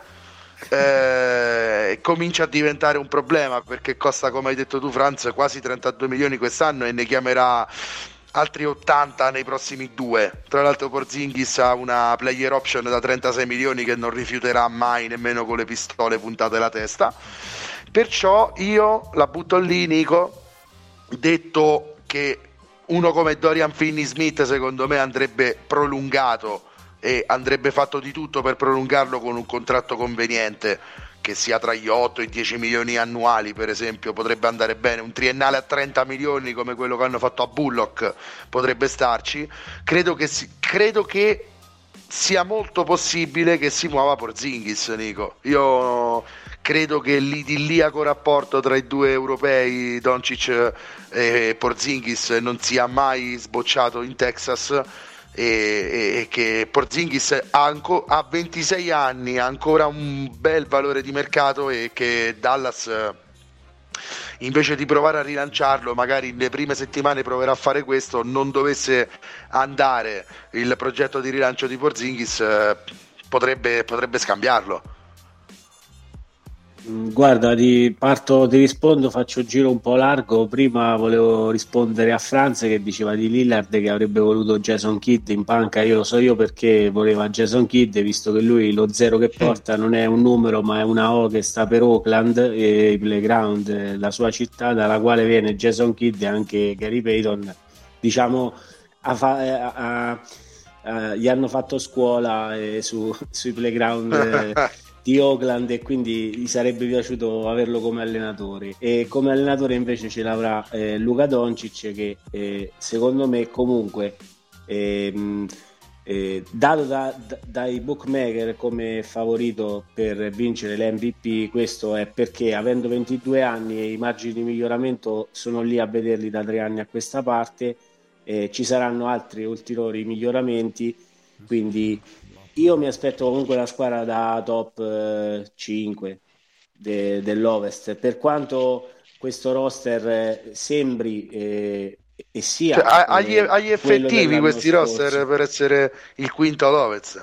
Eh, comincia a diventare un problema, perché costa, come hai detto tu Franz, quasi trentadue milioni quest'anno e ne chiamerà altri ottanta nei prossimi due. Tra l'altro Porzingis ha una player option da trentasei milioni che non rifiuterà mai, nemmeno con le pistole puntate alla testa. Perciò io la butto lì, Nico, detto che uno come Dorian Finney-Smith secondo me andrebbe prolungato, e andrebbe fatto di tutto per prolungarlo con un contratto conveniente, che sia tra gli otto e i dieci milioni annuali, per esempio, potrebbe andare bene. Un triennale a trenta milioni come quello che hanno fatto a Bullock potrebbe starci. Credo che, si, credo che sia molto possibile che si muova Porzingis, Nico. Io credo che l'idilliaco rapporto tra i due europei, Doncic e Porzingis, non sia mai sbocciato in Texas, e, e che Porzingis ha, anco, ha ventisei anni, ha ancora un bel valore di mercato, e che Dallas, invece di provare a rilanciarlo, magari le prime settimane proverà a fare questo, non dovesse andare il progetto di rilancio di Porzingis, eh, potrebbe, potrebbe scambiarlo. Guarda, ti parto, ti rispondo, faccio un giro un po' largo. Prima volevo rispondere a Franz che diceva di Lillard che avrebbe voluto Jason Kidd in panca. Io lo so io perché voleva Jason Kidd, visto che lui lo zero che porta non è un numero ma è una O che sta per Oakland, e i Playground, la sua città dalla quale viene Jason Kidd e anche Gary Payton, diciamo, a fa- a- a- a- gli hanno fatto scuola eh, su, sui Playground eh, di Oakland, e quindi gli sarebbe piaciuto averlo come allenatore. E come allenatore invece ce l'avrà eh, Luka Doncic, che eh, secondo me comunque ehm, eh, dato da, da, dai bookmaker come favorito per vincere l'M V P. Questo è perché, avendo ventidue anni e i margini di miglioramento sono lì a vederli da tre anni a questa parte, eh, ci saranno altri ulteriori miglioramenti, quindi io mi aspetto comunque la squadra da top eh, cinque de- dell'Ovest, per quanto questo roster eh, sembri eh, e sia Cioè, ha- agli, eh, agli quello effettivi dell'anno questi scorso. roster per essere il quinto all'Ovest.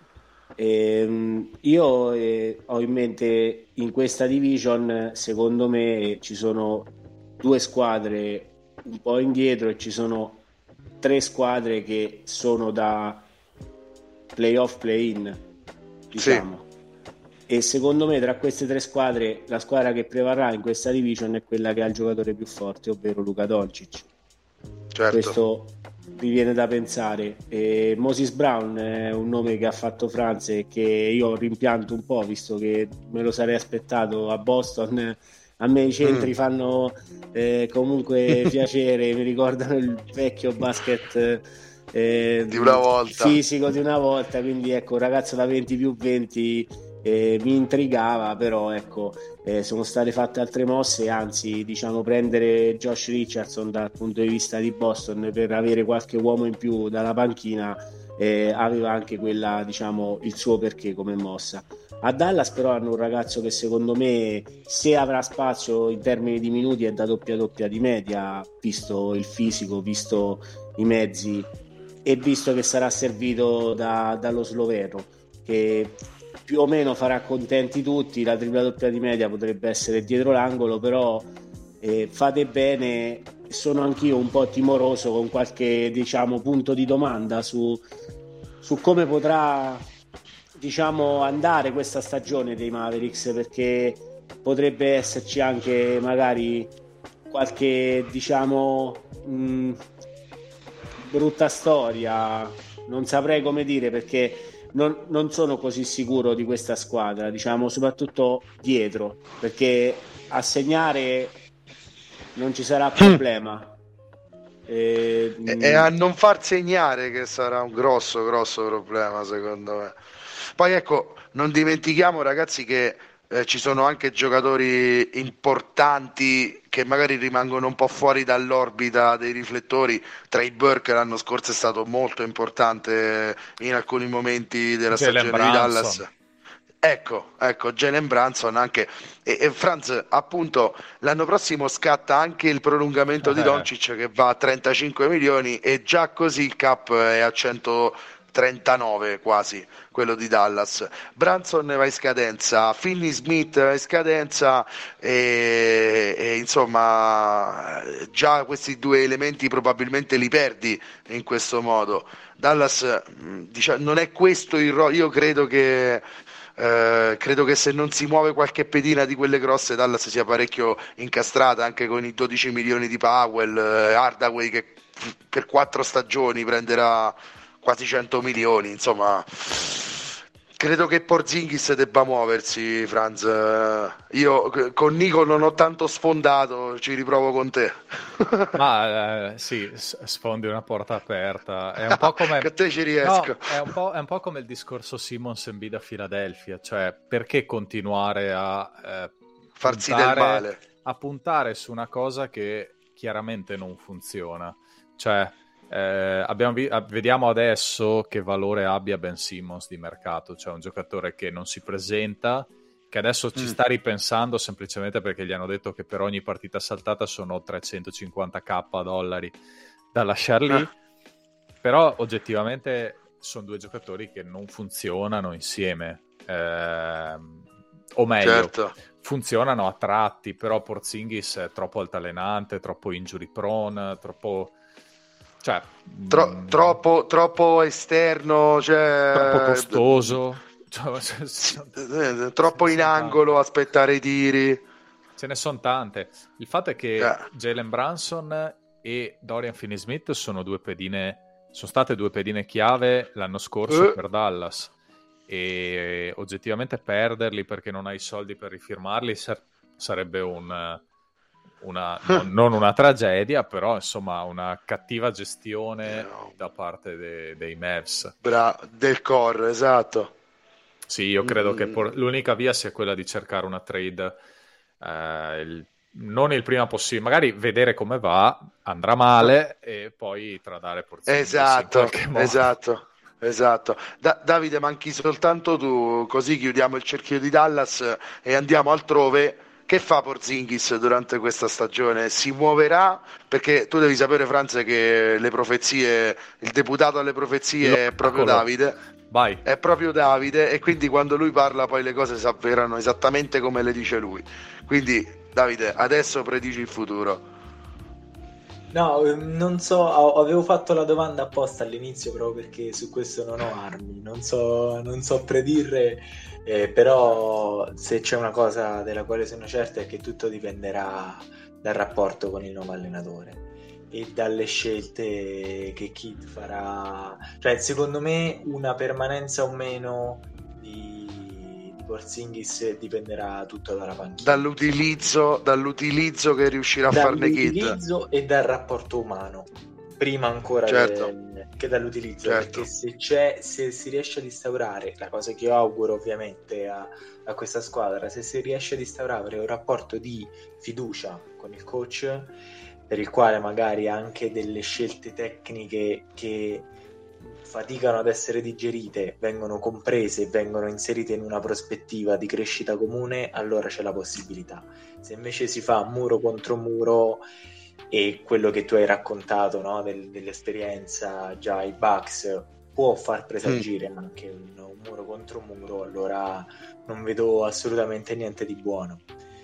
Ehm, io eh, ho in mente in questa division, secondo me ci sono due squadre un po' indietro e ci sono tre squadre che sono da playoff play-in, diciamo. E secondo me tra queste tre squadre la squadra che prevarrà in questa division è quella che ha il giocatore più forte, ovvero Luka Doncic. Certo. Questo mi viene da pensare. E Moses Brown è un nome che ha fatto Franz e che io ho rimpianto un po', visto che me lo sarei aspettato a Boston. A me i centri mm. fanno eh, comunque piacere, mi ricordano il vecchio basket eh, di una volta, fisico di una volta, quindi ecco, un ragazzo da venti più venti eh, mi intrigava, però ecco, eh, sono state fatte altre mosse, anzi diciamo prendere Josh Richardson dal punto di vista di Boston per avere qualche uomo in più dalla panchina eh, aveva anche quella, diciamo, il suo perché come mossa. A Dallas però hanno un ragazzo che secondo me, se avrà spazio in termini di minuti, è da doppia doppia di media, visto il fisico, visto i mezzi e visto che sarà servito da, dallo sloveno, che più o meno farà contenti tutti. La tripla doppia di media potrebbe essere dietro l'angolo, però eh, fate bene. Sono anch'io un po' timoroso, con qualche, diciamo, punto di domanda su, su come potrà, diciamo, andare questa stagione dei Mavericks, perché potrebbe esserci anche magari qualche, diciamo, mh, brutta storia, non saprei come dire, perché non, non sono così sicuro di questa squadra, diciamo, soprattutto dietro, perché a segnare non ci sarà problema. E, e a non far segnare che sarà un grosso grosso problema, secondo me. Poi ecco, non dimentichiamo, ragazzi, che eh, ci sono anche giocatori importanti che magari rimangono un po' fuori dall'orbita dei riflettori. Trey Burke l'anno scorso è stato molto importante in alcuni momenti della Jalen stagione Brunson. di Dallas. Ecco, ecco, Jalen Brunson anche. E, e Franz, appunto, l'anno prossimo scatta anche il prolungamento eh. di Doncic, che va a trentacinque milioni, e già così il cap è a centotrentanove quasi, quello di Dallas. Brunson va in scadenza, Finney Smith va in scadenza, e, e insomma già questi due elementi probabilmente li perdi in questo modo. Dallas, diciamo, non è questo il ro- io credo che Uh, credo che se non si muove qualche pedina di quelle grosse, Dallas sia parecchio incastrata, anche con i dodici milioni di Powell, uh, Hardaway che per quattro stagioni prenderà quasi cento milioni, insomma Credo che Porzingis debba muoversi, Franz. Io con Nico non ho tanto sfondato, ci riprovo con te. Ma eh, sì, sfondi una porta aperta. È un po' come... Che te ci riesco. No, è un po', è un po' come il discorso Simmons Embiid a Philadelphia, cioè perché continuare a eh, farsi puntare, del male, a puntare su una cosa che chiaramente non funziona. Cioè, eh, abbiamo vi- vediamo adesso che valore abbia Ben Simmons di mercato, cioè un giocatore che non si presenta, che adesso ci Mm. sta ripensando semplicemente perché gli hanno detto che per ogni partita saltata sono trecentocinquanta dollari da lasciar lì, Ah. però oggettivamente sono due giocatori che non funzionano insieme, eh, o meglio, certo. funzionano a tratti, però Porzingis è troppo altalenante, troppo injury prone, troppo... Cioè, Tro- mh, troppo, troppo esterno, cioè... troppo costoso, cioè, Sì, ce- eh, troppo ce in ne sono angolo, tante. aspettare i tiri. Ce ne sono tante. Il fatto è che Eh. Jalen Brunson e Dorian Finney-Smith sono due pedine, sono state due pedine chiave l'anno scorso Eh. per Dallas, e oggettivamente perderli perché non hai i soldi per rifirmarli sar- sarebbe un, una, non, non una tragedia, però insomma una cattiva gestione No. da parte de- dei Mavs. Bra- del core, esatto. Sì, io credo Mm. che por- l'unica via sia quella di cercare una trade, eh, il- non il prima possibile, magari vedere come va, andrà male e poi tradare Porzingis in Esatto, qualche modo. esatto, esatto. Da- Davide, manchi soltanto tu, così chiudiamo il cerchio di Dallas e andiamo altrove. Che fa Porzingis durante questa stagione? Si muoverà? Perché tu devi sapere, Franz, che le profezie, il deputato alle profezie è proprio L'oracolo. Davide. Vai. È proprio Davide, e quindi quando lui parla poi le cose si avverano esattamente come le dice lui. Quindi, Davide, adesso predici il futuro. No, ehm, non so, ho- avevo fatto la domanda apposta all'inizio proprio perché su questo non ho armi, non so, non so predire, eh, però se c'è una cosa della quale sono certo è che tutto dipenderà dal rapporto con il nuovo allenatore e dalle scelte che Kidd farà. Cioè, secondo me una permanenza o meno di, di Porzingis dipenderà tutto dalla panchina. Dall'utilizzo, dall'utilizzo che riuscirà a farne Kidd. Dall'utilizzo e dal rapporto umano prima ancora Certo. che, che dall'utilizzo, Certo. perché se c'è, se si riesce a instaurare, la cosa che io auguro ovviamente a, a questa squadra, se si riesce ad instaurare un rapporto di fiducia con il coach, per il quale magari anche delle scelte tecniche che faticano ad essere digerite vengono comprese e vengono inserite in una prospettiva di crescita comune, allora c'è la possibilità. Se invece si fa muro contro muro, e quello che tu hai raccontato, no, del, dell'esperienza già ai Bucks può far presagire mm. anche un, un muro contro muro, allora non vedo assolutamente niente di buono.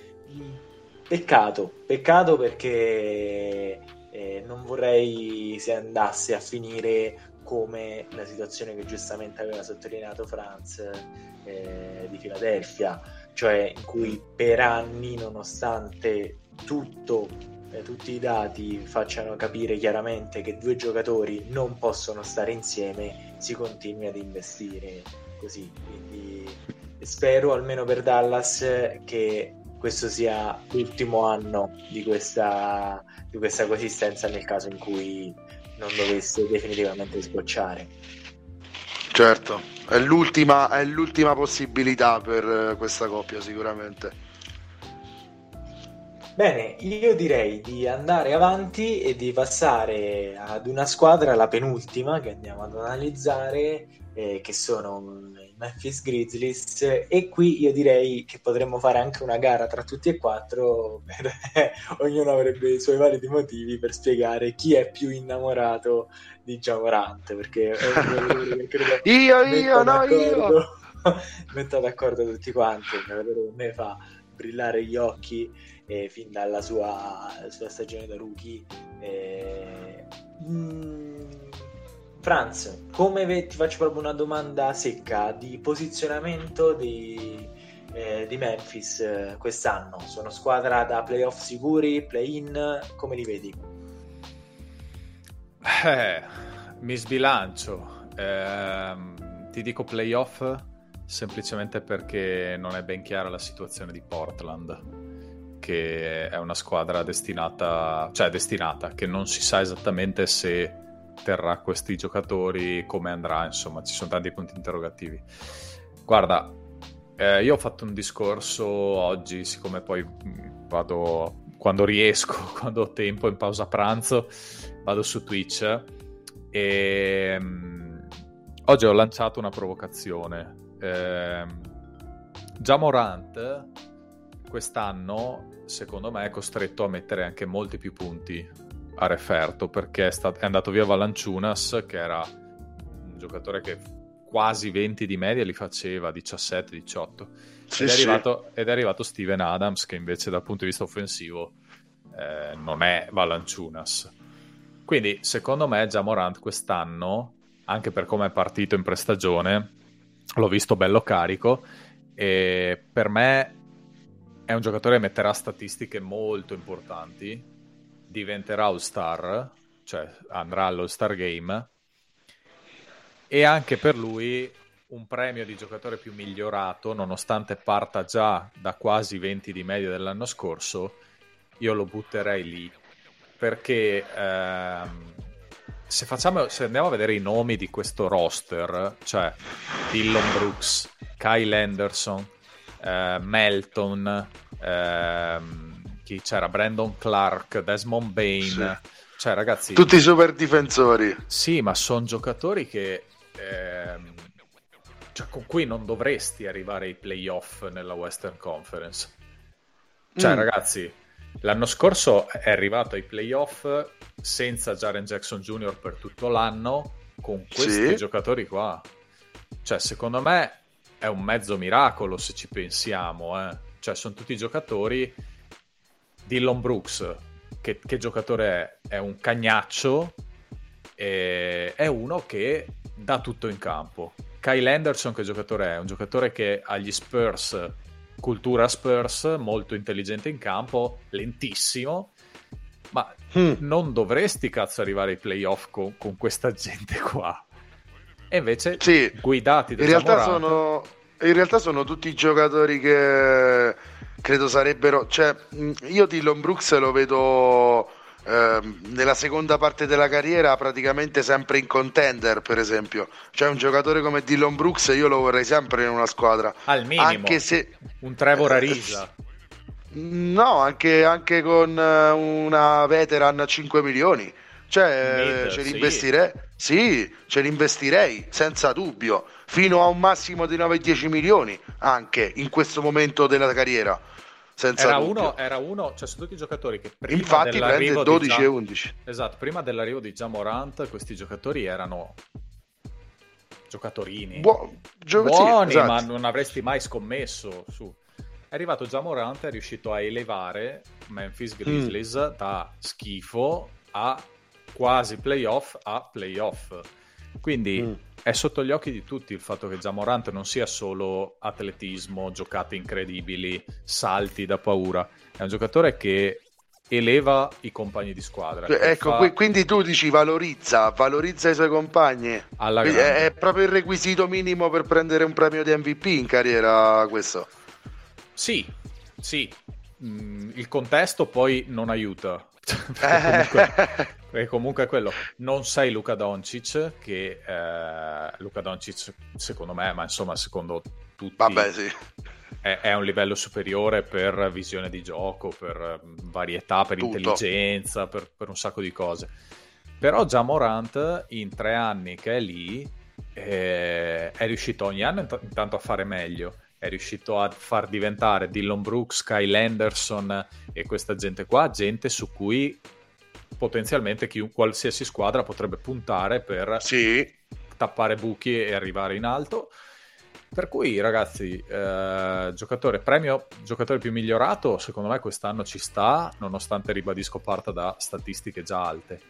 Peccato, peccato perché eh, non vorrei se andasse a finire come la situazione che giustamente aveva sottolineato Franz eh, di Philadelphia, cioè in cui per anni, nonostante tutto, eh, tutti i dati facciano capire chiaramente che due giocatori non possono stare insieme, si continui ad investire così. Quindi spero, almeno per Dallas, che questo sia l'ultimo anno di questa, di questa consistenza nel caso in cui non dovesse definitivamente scocciare. Certo, è l'ultima, è l'ultima possibilità per questa coppia sicuramente. Bene, io direi di andare avanti e di passare ad una squadra, la penultima che andiamo ad analizzare, eh, che sono i Memphis Grizzlies, e qui io direi che potremmo fare anche una gara tra tutti e quattro, per, ognuno avrebbe i suoi validi motivi per spiegare chi è più innamorato di Ja Morant, perché credo io, io, no, io metto d'accordo tutti quanti, per me fa brillare gli occhi eh, fin dalla sua, sua stagione da rookie. Eh, mm, Franz, come ve- ti faccio proprio una domanda secca di posizionamento di, eh, di Memphis eh, quest'anno. Sono squadra da playoff sicuri, play-in, come li vedi? Eh, mi sbilancio. Eh, ti dico playoff semplicemente perché non è ben chiara la situazione di Portland, che è una squadra destinata, cioè destinata, che non si sa esattamente se terrà questi giocatori, come andrà, insomma, ci sono tanti punti interrogativi. Guarda, eh, io ho fatto un discorso oggi, siccome poi vado, quando riesco, quando ho tempo, in pausa pranzo, vado su Twitch e um, oggi ho lanciato una provocazione. Eh, Ja Morant quest'anno secondo me è costretto a mettere anche molti più punti a referto, perché è, stat- è andato via Valanciunas, che era un giocatore che quasi venti di media li faceva, diciassette diciotto, Sì, ed, è sì. arrivato, ed è arrivato Steven Adams, che invece dal punto di vista offensivo eh, non è Valanciunas. Quindi secondo me Ja Morant quest'anno, anche per come è partito in prestagione, l'ho visto bello carico, e per me è un giocatore che metterà statistiche molto importanti, diventerà All-Star, cioè andrà all'All-Star Game, e anche per lui un premio di giocatore più migliorato, nonostante parta già da quasi venti di media dell'anno scorso, io lo butterei lì, perché ehm, se facciamo, se andiamo a vedere i nomi di questo roster, cioè Dillon Brooks, Kyle Anderson, eh, Melton, ehm, chi c'era? Brandon Clark, Desmond Bain, Sì. Cioè ragazzi, Tutti i super difensori. sì, ma sono giocatori che ehm, cioè, con cui non dovresti arrivare ai playoff nella Western Conference. Cioè Mm. ragazzi, l'anno scorso è arrivato ai playoff senza Jaren Jackson Junior per tutto l'anno, con questi Sì. giocatori qua. Cioè secondo me è un mezzo miracolo, se ci pensiamo, eh. Cioè sono tutti giocatori. Dillon Brooks, che, che giocatore è? È un cagnaccio, e è uno che dà tutto in campo. Kyle Anderson che giocatore è? Un giocatore che agli Spurs, cultura Spurs, molto intelligente in campo, lentissimo, ma Mm. non dovresti cazzo arrivare ai playoff con, con questa gente qua. E invece Sì, guidati da in realtà Ja Morant, sono in realtà sono tutti giocatori che credo sarebbero, cioè mh, io Dillon Brooks lo vedo ehm, nella seconda parte della carriera praticamente sempre in contender, per esempio. Cioè un giocatore come Dillon Brooks io lo vorrei sempre in una squadra, al minimo anche se un Trevor eh, Ariza. no, anche, anche con eh, una veteran a cinque milioni. Cioè, Mid, eh, ce sì. li investirei. Sì, ce li investirei senza dubbio, fino a un massimo di nove dieci milioni anche in questo momento della carriera. Senza Era dubbio. uno, era uno, cioè sono tutti giocatori che prima Infatti dell'arrivo prende dodici di e Ja, undici. esatto, prima dell'arrivo di Ja Morant, questi giocatori erano giocatori Buo- gio- sì, buoni, esatto. ma non avresti mai scommesso su. È arrivato Ja Morant, è riuscito a elevare Memphis Grizzlies Mm. da schifo a quasi playoff a playoff. Quindi Mm. è sotto gli occhi di tutti il fatto che Ja Morant non sia solo atletismo, giocate incredibili, salti da paura. È un giocatore che eleva i compagni di squadra. che Ecco, fa qui- quindi tu dici valorizza, valorizza i suoi compagni. alla Quindi grande. È, è proprio il requisito minimo per prendere un premio di M V P in carriera questo. Sì, sì. Mm, il contesto poi non aiuta. Perché comunque, perché comunque è quello. Non sei Luka Doncic, che eh, Luka Doncic secondo me, ma insomma secondo tutti, Vabbè, sì. è, è un livello superiore per visione di gioco, per mm, varietà, per Tutto. intelligenza, per, per un sacco di cose. Però Ja Morant in tre anni che è lì eh, è riuscito ogni anno int- intanto a fare meglio. È riuscito a far diventare Dillon Brooks, Kyle Anderson e questa gente qua, gente su cui potenzialmente chiun- qualsiasi squadra potrebbe puntare per Sì. tappare buchi e arrivare in alto. Per cui ragazzi, eh, giocatore premio giocatore più migliorato secondo me quest'anno ci sta, nonostante, ribadisco, parta da statistiche già alte.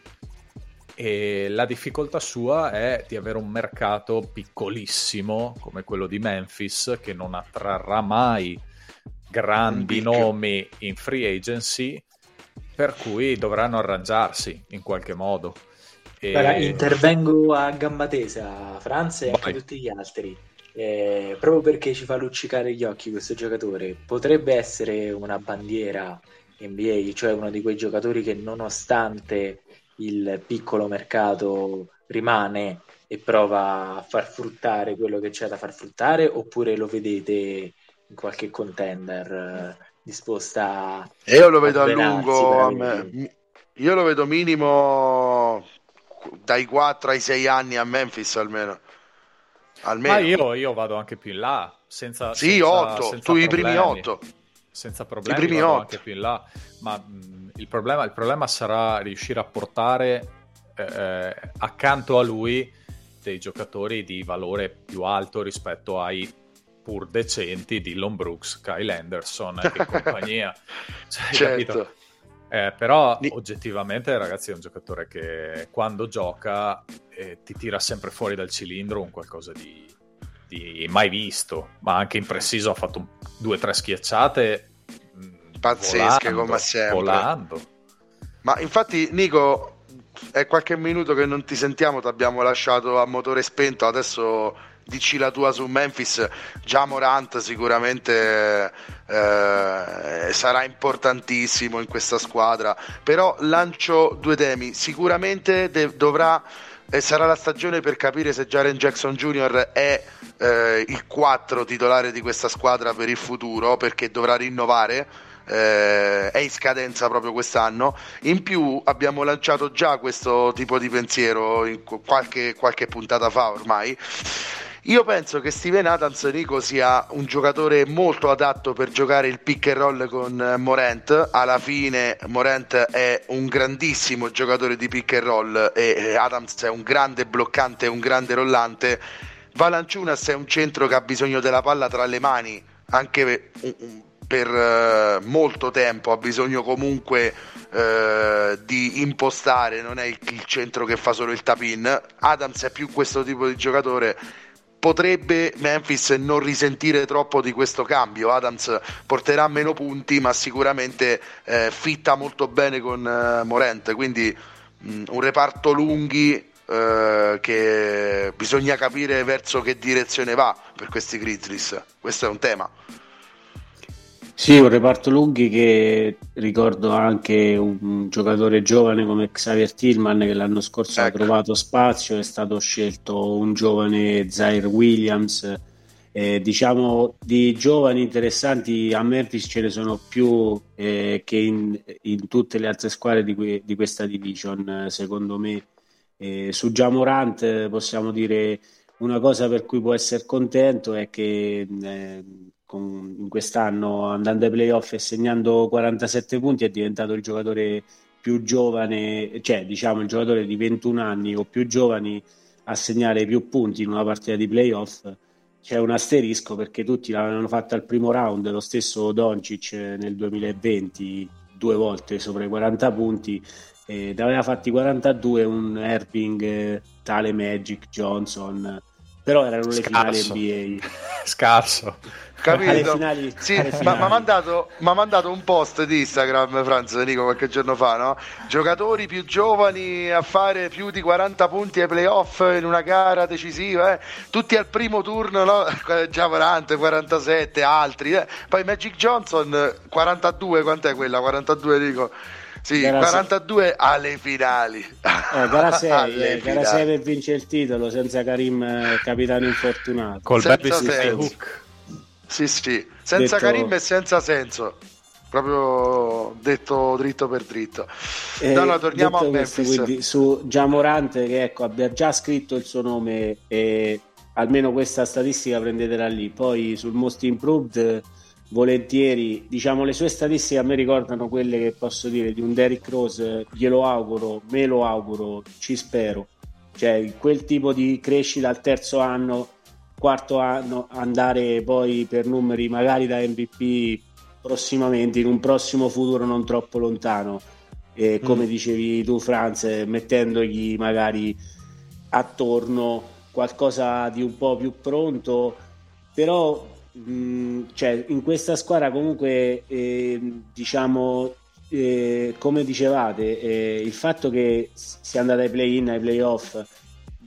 E la difficoltà sua è di avere un mercato piccolissimo come quello di Memphis, che non attrarrà mai grandi big. nomi in free agency, per cui dovranno arrangiarsi in qualche modo. E... Guarda, intervengo a gamba tesa, Franz e anche Vai. tutti gli altri. eh, proprio perché ci fa luccicare gli occhi questo giocatore, potrebbe essere una bandiera N B A, cioè uno di quei giocatori che nonostante il piccolo mercato rimane e prova a far fruttare quello che c'è da far fruttare, oppure lo vedete in qualche contender eh, disposta a, E io lo a vedo a svenarsi per lungo, a me- averlo? mi- io lo vedo minimo dai quattro ai sei anni a Memphis almeno, Ma almeno. io, io vado anche più in là, senza, Sì, senza, otto, tu senza i primi problemi. otto, Senza i problemi primi vado otto. anche più in là, ma mh, il problema, il problema sarà riuscire a portare eh, accanto a lui dei giocatori di valore più alto rispetto ai pur decenti Dillon Brooks, Kyle Anderson e compagnia. Cioè, hai capito? Certo. Eh, però Ni- oggettivamente, ragazzi, è un giocatore che quando gioca eh, ti tira sempre fuori dal cilindro un qualcosa di, di mai visto, ma anche in preciso ha fatto un, due o tre schiacciate mh, Pazzesche volando, come sempre. volando. Ma infatti, Nico, è qualche minuto che non ti sentiamo, ti abbiamo lasciato a motore spento. Adesso dici la tua su Memphis. Già Morant sicuramente eh, sarà importantissimo in questa squadra. Però lancio due temi. Sicuramente de- dovrà e sarà la stagione per capire se Jaren Jackson Junior è eh, il quattro titolare di questa squadra per il futuro, perché dovrà rinnovare. Eh, è in scadenza proprio quest'anno. In più abbiamo lanciato già questo tipo di pensiero in qualche, qualche puntata fa ormai. Io penso che Steven Adams, Nico, sia un giocatore molto adatto per giocare il pick and roll con Morant. Alla fine Morant è un grandissimo giocatore di pick and roll e Adams è un grande bloccante, un grande rollante. Valanciunas è un centro che ha bisogno della palla tra le mani anche per, per uh, molto tempo, ha bisogno comunque uh, di impostare, non è il, il centro che fa solo il tap-in. Adams è più questo tipo di giocatore. Potrebbe Memphis non risentire troppo di questo cambio. Adams porterà meno punti, ma sicuramente eh, fitta molto bene con eh, Morant, quindi mh, un reparto lunghi eh, che bisogna capire verso che direzione va per questi Grizzlies. Questo è un tema. Sì, un reparto lunghi che ricordo anche un giocatore giovane come Xavier Tillman che l'anno scorso Ecco. ha trovato spazio, è stato scelto un giovane Zaire Williams. Eh, diciamo di giovani interessanti a Memphis ce ne sono più eh, che in, in tutte le altre squadre di, que- di questa division, eh, secondo me. Eh, su Ja Morant possiamo dire una cosa per cui può essere contento è che eh, con, in quest'anno andando ai playoff e segnando quarantasette punti è diventato il giocatore più giovane, cioè diciamo il giocatore di ventuno anni o più giovani a segnare più punti in una partita di playoff. C'è un asterisco perché tutti l'avevano fatta al primo round, lo stesso Doncic nel duemilaventi due volte sopra i quaranta punti, eh, ne aveva fatti quarantadue un Irving, eh, tale Magic Johnson, però erano le Scarso. finali N B A. Scarso. Capito? Alle finali, Sì, alle ma finali. mi ha mandato, m'ha mandato un post di Instagram, Franz Nico, qualche giorno fa, no? Giocatori più giovani a fare più di quaranta punti ai playoff in una gara decisiva, eh? Tutti al primo turno, no? Già quaranta, quarantasette, altri, eh? Poi Magic Johnson quarantadue, quant'è quella? quarantadue dico. Sì, Gara quarantadue alle finali. Eh, gara sei, Alle eh, gara finali. sei per vincere il titolo senza Karim, eh, capitano infortunato. Col Senza baby sky senso. hook. Sì, sì, senza Detto- Karim e senza senso, proprio detto dritto per dritto. Eh, No, no, torniamo a detto questo, Memphis. quindi, su Ja Morant, che ecco abbia già scritto il suo nome, e almeno questa statistica prendetela lì. Poi sul Most Improved, eh, volentieri, diciamo le sue statistiche a me ricordano quelle che posso dire di un Derrick Rose. Glielo auguro, me lo auguro, ci spero. Cioè quel tipo di crescita al terzo anno, quarto anno, andare poi per numeri magari da M V P prossimamente, in un prossimo futuro non troppo lontano. E come Mm. dicevi tu, Franz, eh, mettendogli magari attorno qualcosa di un po' più pronto, però mh, cioè, in questa squadra comunque eh, diciamo eh, come dicevate, eh, il fatto che sia andata ai play-in, ai play-off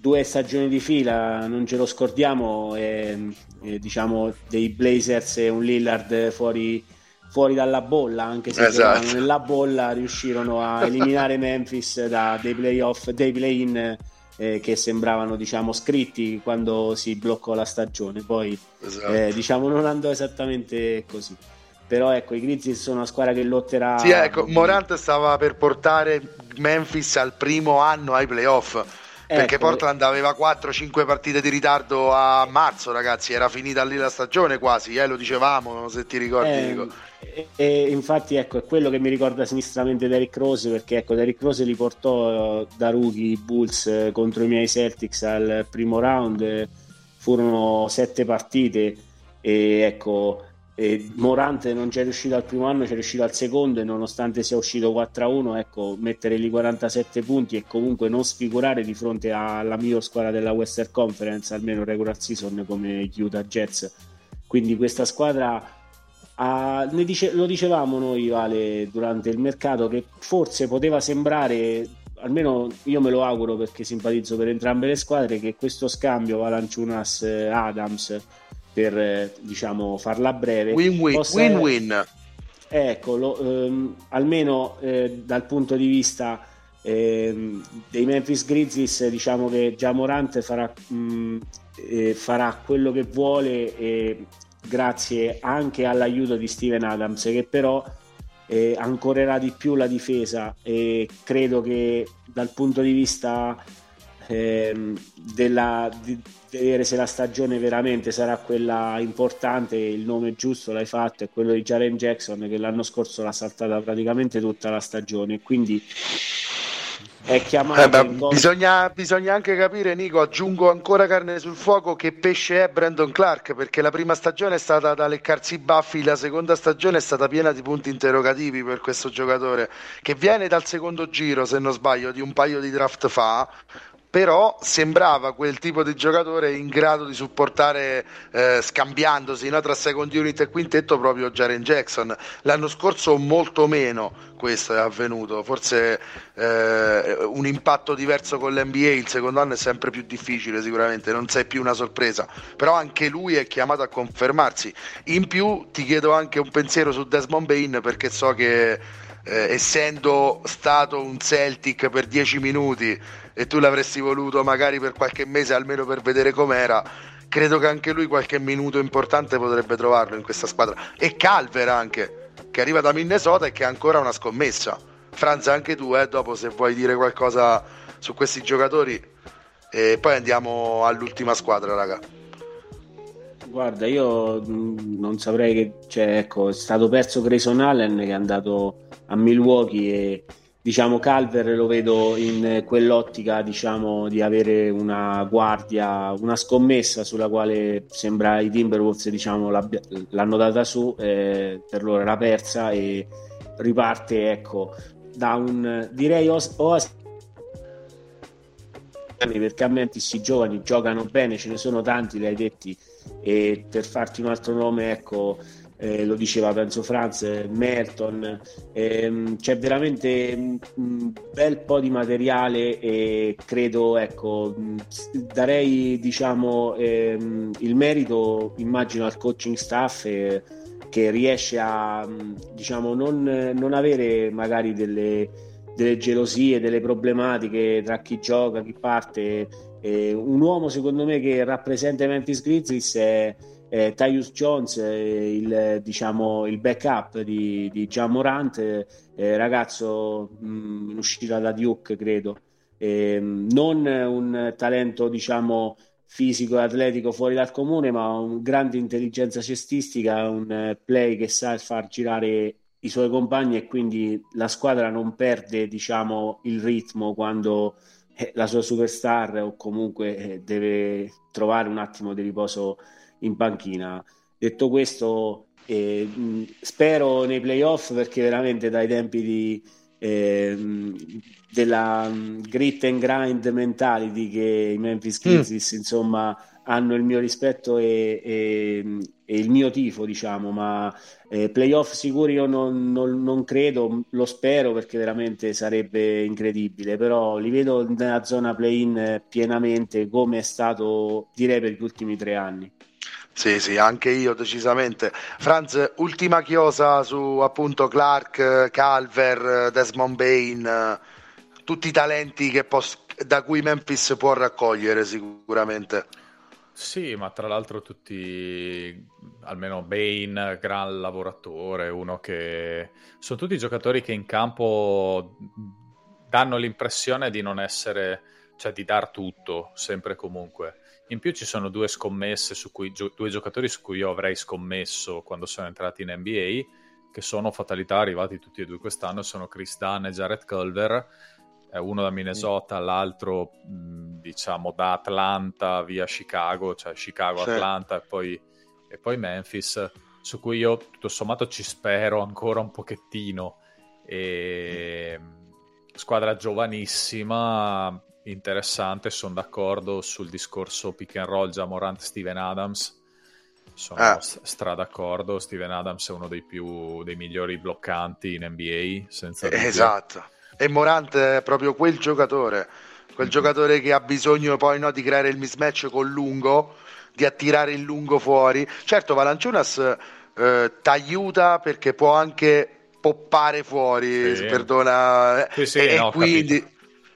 due stagioni di fila, non ce lo scordiamo, e, e, diciamo dei Blazers e un Lillard fuori, fuori dalla bolla, anche se esatto. giocavano nella bolla, riuscirono a eliminare Memphis da dei playoff, dei play-in eh, che sembravano, diciamo, scritti quando si bloccò la stagione. Poi esatto. eh, diciamo non andò esattamente così, però ecco, i Grizzlies sono una squadra che lotterà. Sì, ecco, Morant stava per portare Memphis al primo anno ai playoff, perché ecco, Portland aveva quattro cinque partite di ritardo a marzo, ragazzi, era finita lì la stagione quasi, eh, lo dicevamo, se ti ricordi. Eh, e, e infatti ecco, è quello che mi ricorda sinistramente Derrick Rose, perché ecco, Derrick Rose li portò da rookie Bulls eh, contro i miei Celtics al primo round, eh, furono sette partite e ecco, e Morant non c'è riuscito al primo anno, c'è riuscito al secondo, e nonostante sia uscito quattro a uno, ecco, mettere lì quarantasette punti e comunque non sfigurare di fronte alla miglior squadra della Western Conference, almeno regular season, come gli Utah Jazz. Quindi questa squadra ha, ne dice, lo dicevamo noi, Vale, durante il mercato, che forse poteva sembrare, almeno io me lo auguro perché simpatizzo per entrambe le squadre, che questo scambio Valanciunas-Adams, per eh, diciamo farla breve, win-win, possa, win-win. Ecco, lo, ehm, almeno eh, dal punto di vista ehm, dei Memphis Grizzlies, diciamo che Ja Morant farà, mh, eh, farà quello che vuole, eh, grazie anche all'aiuto di Steven Adams, che però eh, ancorerà di più la difesa, e credo che dal punto di vista ehm, della di, vedere se la stagione veramente sarà quella importante, il nome giusto l'hai fatto, è quello di Jaren Jackson, che l'anno scorso l'ha saltata praticamente tutta la stagione, quindi è chiamato eh beh, in co- bisogna, bisogna anche capire, Nico, aggiungo ancora carne sul fuoco, che pesce è Brandon Clark, perché la prima stagione è stata da leccarsi i baffi, la seconda stagione è stata piena di punti interrogativi per questo giocatore, che viene dal secondo giro, se non sbaglio, di un paio di draft fa, però sembrava quel tipo di giocatore in grado di supportare, eh, scambiandosi, no, tra second unit e quintetto, proprio Jaren Jackson. L'anno scorso molto meno questo è avvenuto, forse eh, un impatto diverso con l'N B A il secondo anno è sempre più difficile, sicuramente non sei più una sorpresa, però anche lui è chiamato a confermarsi. In più ti chiedo anche un pensiero su Desmond Bane, perché so che eh, essendo stato un Celtic per dieci minuti e tu l'avresti voluto magari per qualche mese almeno per vedere com'era, credo che anche lui qualche minuto importante potrebbe trovarlo in questa squadra. E Calver anche, che arriva da Minnesota e che ha ancora una scommessa. Franz, anche tu, eh, dopo, se vuoi dire qualcosa su questi giocatori, e poi andiamo all'ultima squadra, raga. Guarda, io mh, non saprei che, cioè, ecco, è stato perso Grayson Allen, che è andato a Milwaukee, e diciamo Calver lo vedo in quell'ottica, diciamo, di avere una guardia, una scommessa sulla quale sembra i Timberwolves, diciamo, l'hanno data su, eh, per loro era persa, e riparte, ecco, da un, direi os- oasi, perché a Memphis i giovani giocano bene, ce ne sono tanti, li hai detti, e per farti un altro nome, ecco, eh, lo diceva penso Franz, eh, Merton, ehm, c'è veramente un, un bel po' di materiale, e credo, ecco, mh, darei, diciamo, ehm, il merito, immagino, al coaching staff, eh, che riesce a, mh, diciamo, non, non avere magari delle, delle gelosie, delle problematiche tra chi gioca, chi parte. Eh, un uomo secondo me che rappresenta i Memphis Grizzlies è, è Tyus Jones, eh, il, diciamo, il backup di, di Ja Morant, eh, ragazzo mh, in uscita da Duke, credo, eh, non un talento, diciamo, fisico e atletico fuori dal comune, ma un grande intelligenza cestistica, un eh, play che sa far girare i suoi compagni, e quindi la squadra non perde, diciamo, il ritmo quando la sua superstar, o comunque eh, deve trovare un attimo di riposo in panchina. Detto questo, eh, mh, spero nei playoff, perché veramente dai tempi di, eh, della um, grit and grind mentality che i Memphis Grizzlies mm. insomma hanno il mio rispetto e, e, e il mio tifo, diciamo, ma eh, playoff sicuri io non, non, non credo, lo spero perché veramente sarebbe incredibile, però li vedo nella zona play-in pienamente come è stato, direi, per gli ultimi tre anni. Sì, sì, anche io decisamente. Franz, ultima chiosa su appunto Clark, Calver, Desmond Bain, tutti i talenti che pos- da cui Memphis può raccogliere sicuramente. Sì, ma tra l'altro tutti, almeno Bane, gran lavoratore, uno che... Sono tutti giocatori che in campo danno l'impressione di non essere, cioè di dar tutto, sempre e comunque. In più ci sono due scommesse su cui, gio- due giocatori su cui io avrei scommesso quando sono entrati in N B A, che sono fatalità arrivati tutti e due quest'anno, sono Chris Dunn e Jared Culver, eh, uno da Minnesota, mm. l'altro mh, diciamo da Atlanta via Chicago, cioè Chicago-Atlanta sì. e, poi, e poi Memphis, su cui io tutto sommato ci spero ancora un pochettino. E... Mm. Squadra giovanissima, interessante, sono d'accordo sul discorso pick and roll, già Morant, Steven Adams, sono ah. stra d'accordo. Steven Adams è uno dei più dei migliori bloccanti in N B A, senza dubbio. Esatto, e Morant è proprio quel giocatore, quel mm-hmm. giocatore che ha bisogno poi, no, di creare il mismatch col lungo, di attirare il lungo fuori. Certo, Valanciunas eh, ti aiuta perché può anche poppare fuori, sì. perdona, sì, sì, e, no, e quindi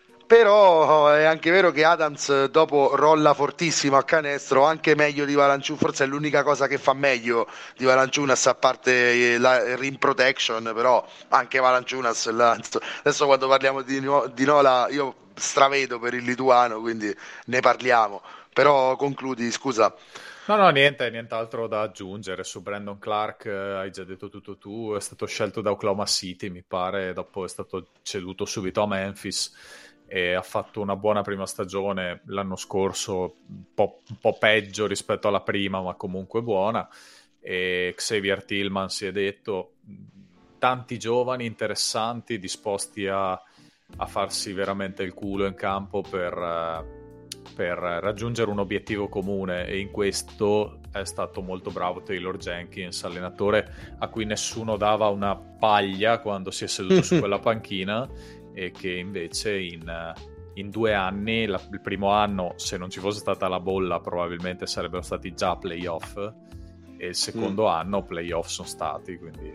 però è anche vero che Adams dopo rolla fortissimo a canestro, anche meglio di Valanciunas, forse è l'unica cosa che fa meglio di Valanciunas a parte la rim protection, però anche Valanciunas la, adesso quando parliamo di, di Nola io stravedo per il lituano, quindi ne parliamo, però concludi, scusa. No, no, niente, nient'altro da aggiungere. Su Brandon Clark eh, hai già detto tutto tu, è stato scelto da Oklahoma City, mi pare, dopo è stato ceduto subito a Memphis e ha fatto una buona prima stagione l'anno scorso, un po', un po' peggio rispetto alla prima, ma comunque buona. E Xavier Tillman si è detto, tanti giovani interessanti, disposti a, a farsi veramente il culo in campo per... Uh, per raggiungere un obiettivo comune, e in questo è stato molto bravo Taylor Jenkins, allenatore a cui nessuno dava una paglia quando si è seduto su quella panchina e che invece in, in due anni, la, il primo anno se non ci fosse stata la bolla probabilmente sarebbero stati già playoff, e il secondo mm. anno playoff sono stati, quindi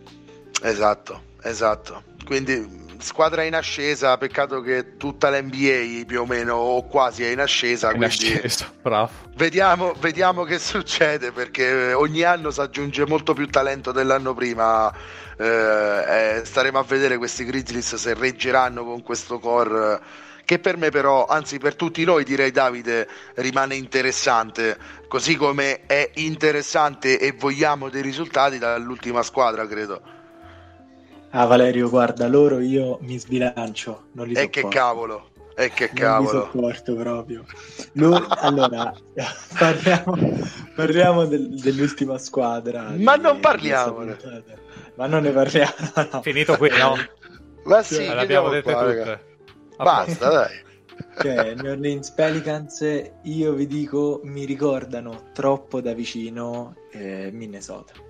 esatto, esatto, quindi squadra in ascesa, peccato che tutta l'N B A più o meno o quasi è in ascesa, in quindi ascesa, bravo. Vediamo, vediamo che succede, perché ogni anno si aggiunge molto più talento dell'anno prima. Eh, eh, staremo a vedere questi Grizzlies se reggeranno con questo core, che per me però, anzi per tutti noi direi, Davide, rimane interessante, così come è interessante e vogliamo dei risultati dall'ultima squadra, credo. Ah, Valerio, guarda, loro io mi sbilancio, non li e sopporto. che cavolo, e che non cavolo. li sopporto proprio. Lui, allora, parliamo, parliamo del, dell'ultima squadra. Ma di, non parliamo. Ma non ne parliamo. No. Finito qui, no? Ma sì, cioè, le abbiamo dette qua, tutte. Basta, dai. Cioè, New Orleans Pelicans, io vi dico, mi ricordano troppo da vicino eh, Minnesota.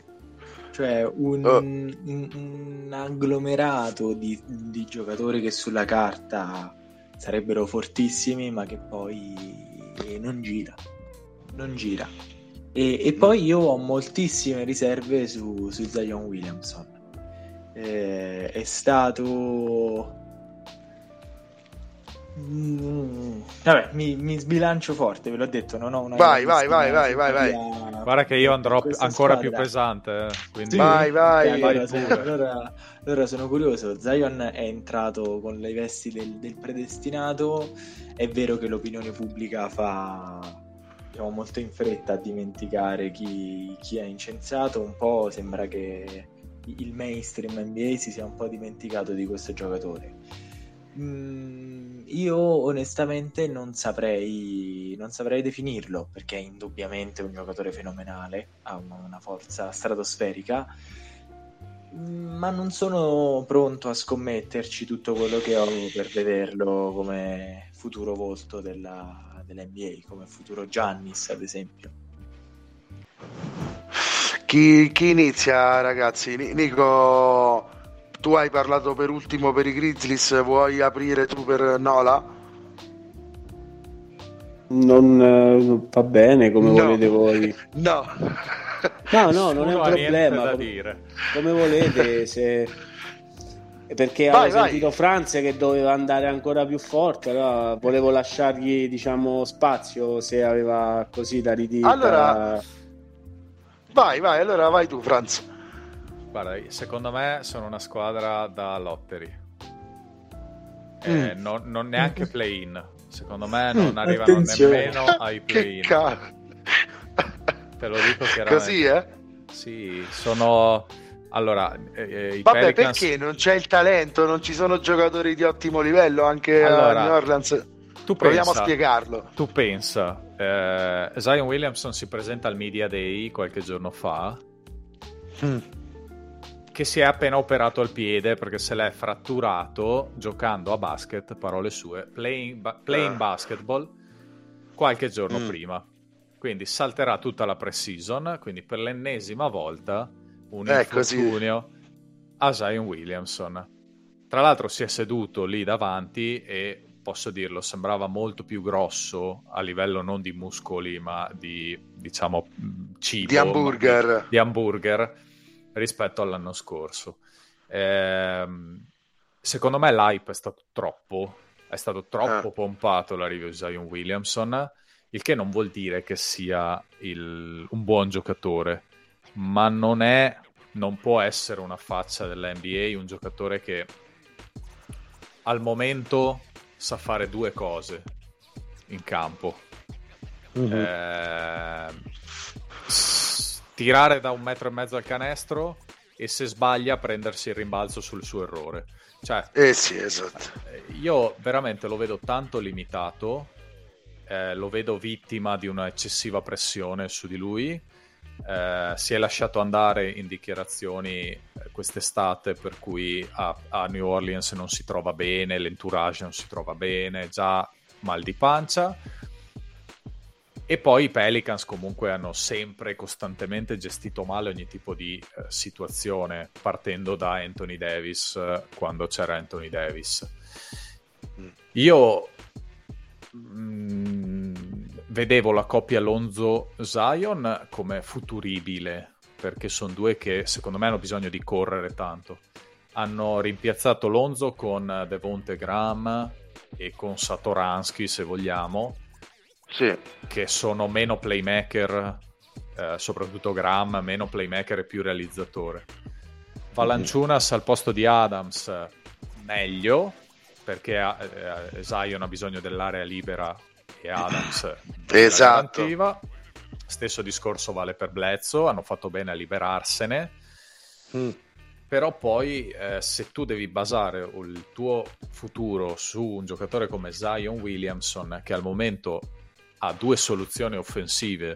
Cioè un, oh. un, un agglomerato di, di giocatori che sulla carta sarebbero fortissimi, ma che poi non gira, non gira. E, e poi io ho moltissime riserve su, su Zion Williamson. Eh, è stato... Mm, vabbè, mi, mi sbilancio forte, ve l'ho detto, non ho una vai vai vai vai vai vai guarda che io andrò p- ancora squadra. più pesante, quindi sì, vai vai, vai allora, allora, allora sono curioso. Zion è entrato con le vesti del, del predestinato. È vero che l'opinione pubblica fa, diciamo, molto in fretta a dimenticare chi, chi ha incensato. Un po' sembra che il mainstream N B A si sia un po' dimenticato di questo giocatore. Mm, io onestamente non saprei non saprei definirlo, perché è indubbiamente un giocatore fenomenale, ha una, una forza stratosferica, ma non sono pronto a scommetterci tutto quello che ho per vederlo come futuro volto della, dell'N B A, come futuro Giannis ad esempio. Chi, chi inizia, ragazzi? Nico, tu hai parlato per ultimo per i Grizzlies, vuoi aprire tu per Nola? Non eh, va bene, come No. volete voi. No. No, no, non è un Nessuno ha niente problema. da Come, dire. come volete, se... perché Vai, avevo vai. sentito Franz che doveva andare ancora più forte, allora volevo lasciargli, diciamo, spazio se aveva così da ridire. Allora, vai, vai, allora vai tu, Franz. Guarda, secondo me sono una squadra da lottery. Eh, Mm. non, non neanche play-in. Secondo me non arrivano Attenzione. nemmeno ai Che play-in. cazzo. Te lo dico chiaramente. Così, eh? Sì, sono... Allora, eh, i Vabbè, Pelicans... perché non c'è il talento, non ci sono giocatori di ottimo livello anche Allora, a New Orleans. Tu Proviamo pensa, a spiegarlo. Tu pensa, eh, Zion Williamson si presenta al Media Day qualche giorno fa, Mm. che si è appena operato al piede perché se l'è fratturato giocando a basket, parole sue, playing, ba- playing Ah. basketball qualche giorno Mm. prima. Quindi salterà tutta la pre-season, quindi per l'ennesima volta un Eh, così. infortunio a Zion Williamson. Tra l'altro si è seduto lì davanti e posso dirlo, sembrava molto più grosso a livello non di muscoli ma di, diciamo, cibo, Di hamburger. di, di hamburger rispetto all'anno scorso. Ehm, secondo me l'hype è stato troppo, è stato troppo Ah. pompato l'arrivo di Zion Williamson, il che non vuol dire che sia il, un buon giocatore, ma non è, non può essere una faccia dell'N B A, un giocatore che al momento sa fare due cose in campo. Mm-hmm. Eh, s- tirare da un metro e mezzo al canestro e se sbaglia prendersi il rimbalzo sul suo errore. Cioè, Eh sì, esatto. io veramente lo vedo tanto limitato, eh, lo vedo vittima di una eccessiva pressione su di lui. Eh, si è lasciato andare in dichiarazioni eh, quest'estate per cui a, a New Orleans non si trova bene, l'entourage non si trova bene, già mal di pancia. E poi i Pelicans comunque hanno sempre costantemente gestito male ogni tipo di eh, situazione, partendo da Anthony Davis, eh, quando c'era Anthony Davis. Io mh, vedevo la coppia Lonzo-Zion come futuribile, perché sono due che secondo me hanno bisogno di correre tanto. Hanno rimpiazzato Lonzo con Devonte Graham e con Satoransky, se vogliamo, Sì. che sono meno playmaker, eh, soprattutto Graham, meno playmaker e più realizzatore. Valanciunas al posto di Adams meglio, perché eh, Zion ha bisogno dell'area libera e Adams Esatto. garantiva. Stesso discorso vale per Bledsoe, hanno fatto bene a liberarsene. Mm. Però poi eh, se tu devi basare il tuo futuro su un giocatore come Zion Williamson, che al momento ha due soluzioni offensive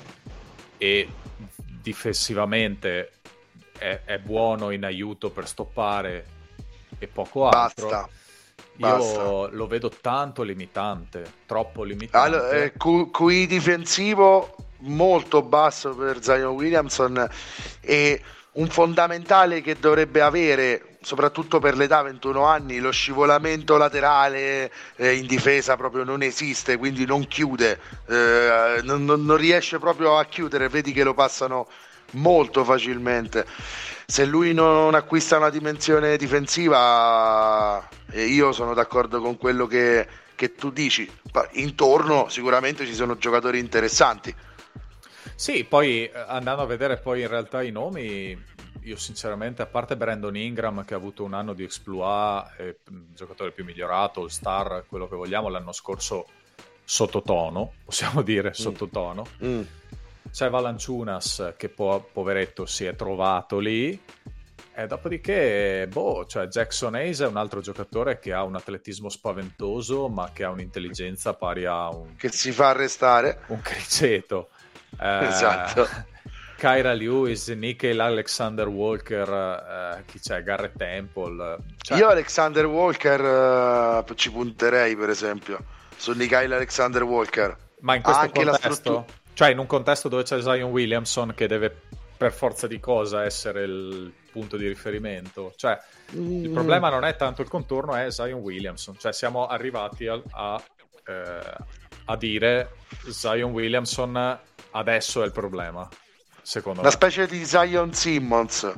e difensivamente è, è buono in aiuto per stoppare e poco altro, Basta. io Basta. lo vedo tanto limitante, troppo limitante. Allora, eh, Q- Q I difensivo molto basso per Zion Williamson e un fondamentale che dovrebbe avere, soprattutto per l'età, ventuno anni, lo scivolamento laterale eh, in difesa proprio non esiste, quindi non chiude, eh, non, non- non riesce proprio a chiudere, vedi che lo passano molto facilmente. Se lui non acquista una dimensione difensiva, eh, io sono d'accordo con quello che, che tu dici. Pa- Intorno sicuramente ci sono giocatori interessanti. Sì, poi eh, andando a vedere poi in realtà i nomi, io sinceramente, a parte Brandon Ingram che ha avuto un anno di exploit, eh, giocatore più migliorato, all star, quello che vogliamo, l'anno scorso sottotono, possiamo dire sottotono. Mm. C'è Valanciunas che po- poveretto si è trovato lì, e dopodiché boh, cioè Jackson Hayes è un altro giocatore che ha un atletismo spaventoso ma che ha un'intelligenza pari a un, Che si fa arrestare. un criceto. Eh, Esatto. Kyra Lewis, Nickel Alexander Walker, eh, chi c'è? Garrett Temple. Cioè, Io Alexander Walker eh, ci punterei, per esempio. su Nickeil Alexander Walker. Ma in questo Anche la contesto, struttura... cioè in un contesto dove c'è Zion Williamson che deve per forza di cosa essere il punto di riferimento, cioè mm. il problema non è tanto il contorno, è Zion Williamson, cioè siamo arrivati a, a, eh, a dire Zion Williamson adesso è il problema, secondo una me. Una specie di Zion Simmons.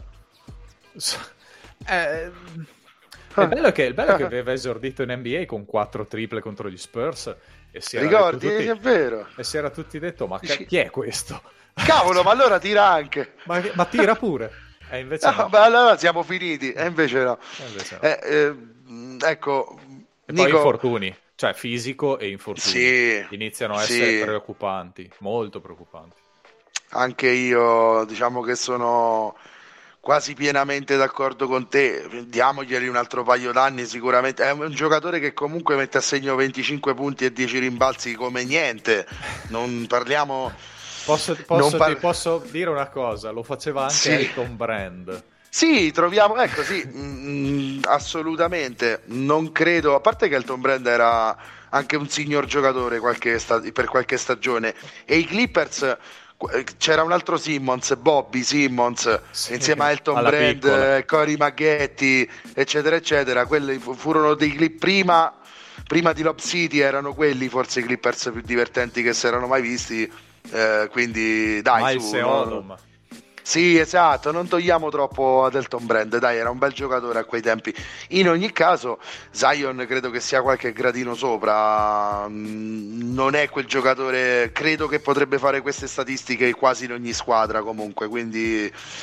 Eh, il bello è che, il bello è che aveva esordito in N B A con quattro triple contro gli Spurs e si era ricordi? Tutti, è vero. E si era tutti detto ma chi, chi è questo? Cavolo, ma allora tira anche. Ma, ma tira pure. E invece no, no. Ma allora siamo finiti. E invece no. E invece no. Eh, eh, ecco. E Nico... poi infortuni, cioè fisico e infortuni. Sì, iniziano a essere sì. preoccupanti, molto preoccupanti. Anche io, diciamo che sono quasi pienamente d'accordo con te. Diamoglieli un altro paio d'anni sicuramente. È un giocatore che comunque mette a segno venticinque punti e dieci rimbalzi come niente. Non parliamo... Posso, posso, non par... ti posso dire una cosa, lo faceva anche sì. Elton Brand. Sì, troviamo, ecco sì, mh, assolutamente. Non credo, a parte che Elton Brand era anche un signor giocatore qualche sta... per qualche stagione, e i Clippers... c'era un altro Simmons, Bobby Simmons, sì, insieme a Elton Brand, piccola. Cory Maggetti, eccetera eccetera. Quelli furono dei clip prima, prima di Lob City, erano quelli forse i Clippers più divertenti che si erano mai visti, eh, quindi dai, Miles su, e no? Odom. Sì, esatto, non togliamo troppo ad Elton Brand, dai, era un bel giocatore a quei tempi. In ogni caso, Zion credo che sia qualche gradino sopra, non è quel giocatore, credo che potrebbe fare queste statistiche quasi in ogni squadra comunque, quindi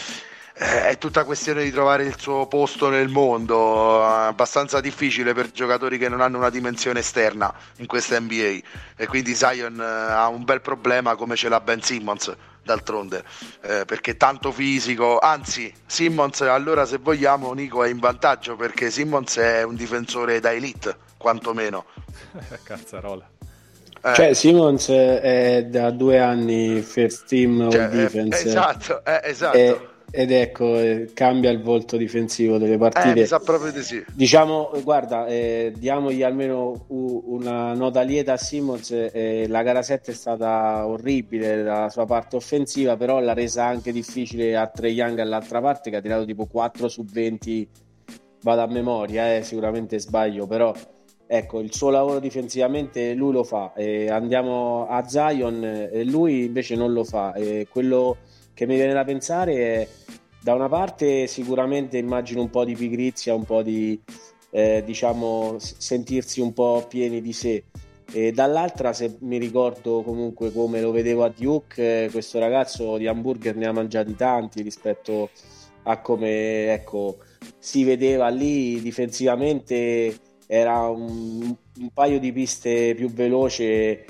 eh, è tutta questione di trovare il suo posto nel mondo, abbastanza difficile per giocatori che non hanno una dimensione esterna in questa N B A, e quindi Zion ha un bel problema come ce l'ha Ben Simmons. D'altronde, eh, perché tanto fisico, anzi Simmons allora se vogliamo Nico è in vantaggio perché Simmons è un difensore da elite quantomeno. Cazzarola. Eh. Cioè Simmons è da due anni first team cioè, all defense, eh, esatto, eh, esatto. E, ed ecco eh, cambia il volto difensivo delle partite, eh, mi sa proprio di sì. Diciamo, guarda, eh, diamogli almeno u- una nota lieta a Simmons. Eh, la gara sette è stata orribile dalla sua parte offensiva, però l'ha resa anche difficile a Trae Young all'altra parte, che ha tirato tipo quattro su venti, vado a memoria, eh, sicuramente sbaglio, però ecco, il suo lavoro difensivamente lui lo fa. Eh, andiamo a Zion e eh, lui invece non lo fa. Eh, quello che mi viene da pensare è, da una parte sicuramente immagino un po' di pigrizia, un po' di eh, diciamo sentirsi un po' pieni di sé, e dall'altra, se mi ricordo comunque come lo vedevo a Duke, eh, questo ragazzo di hamburger ne ha mangiati tanti rispetto a come ecco si vedeva lì difensivamente. Era un, un paio di piste più veloce,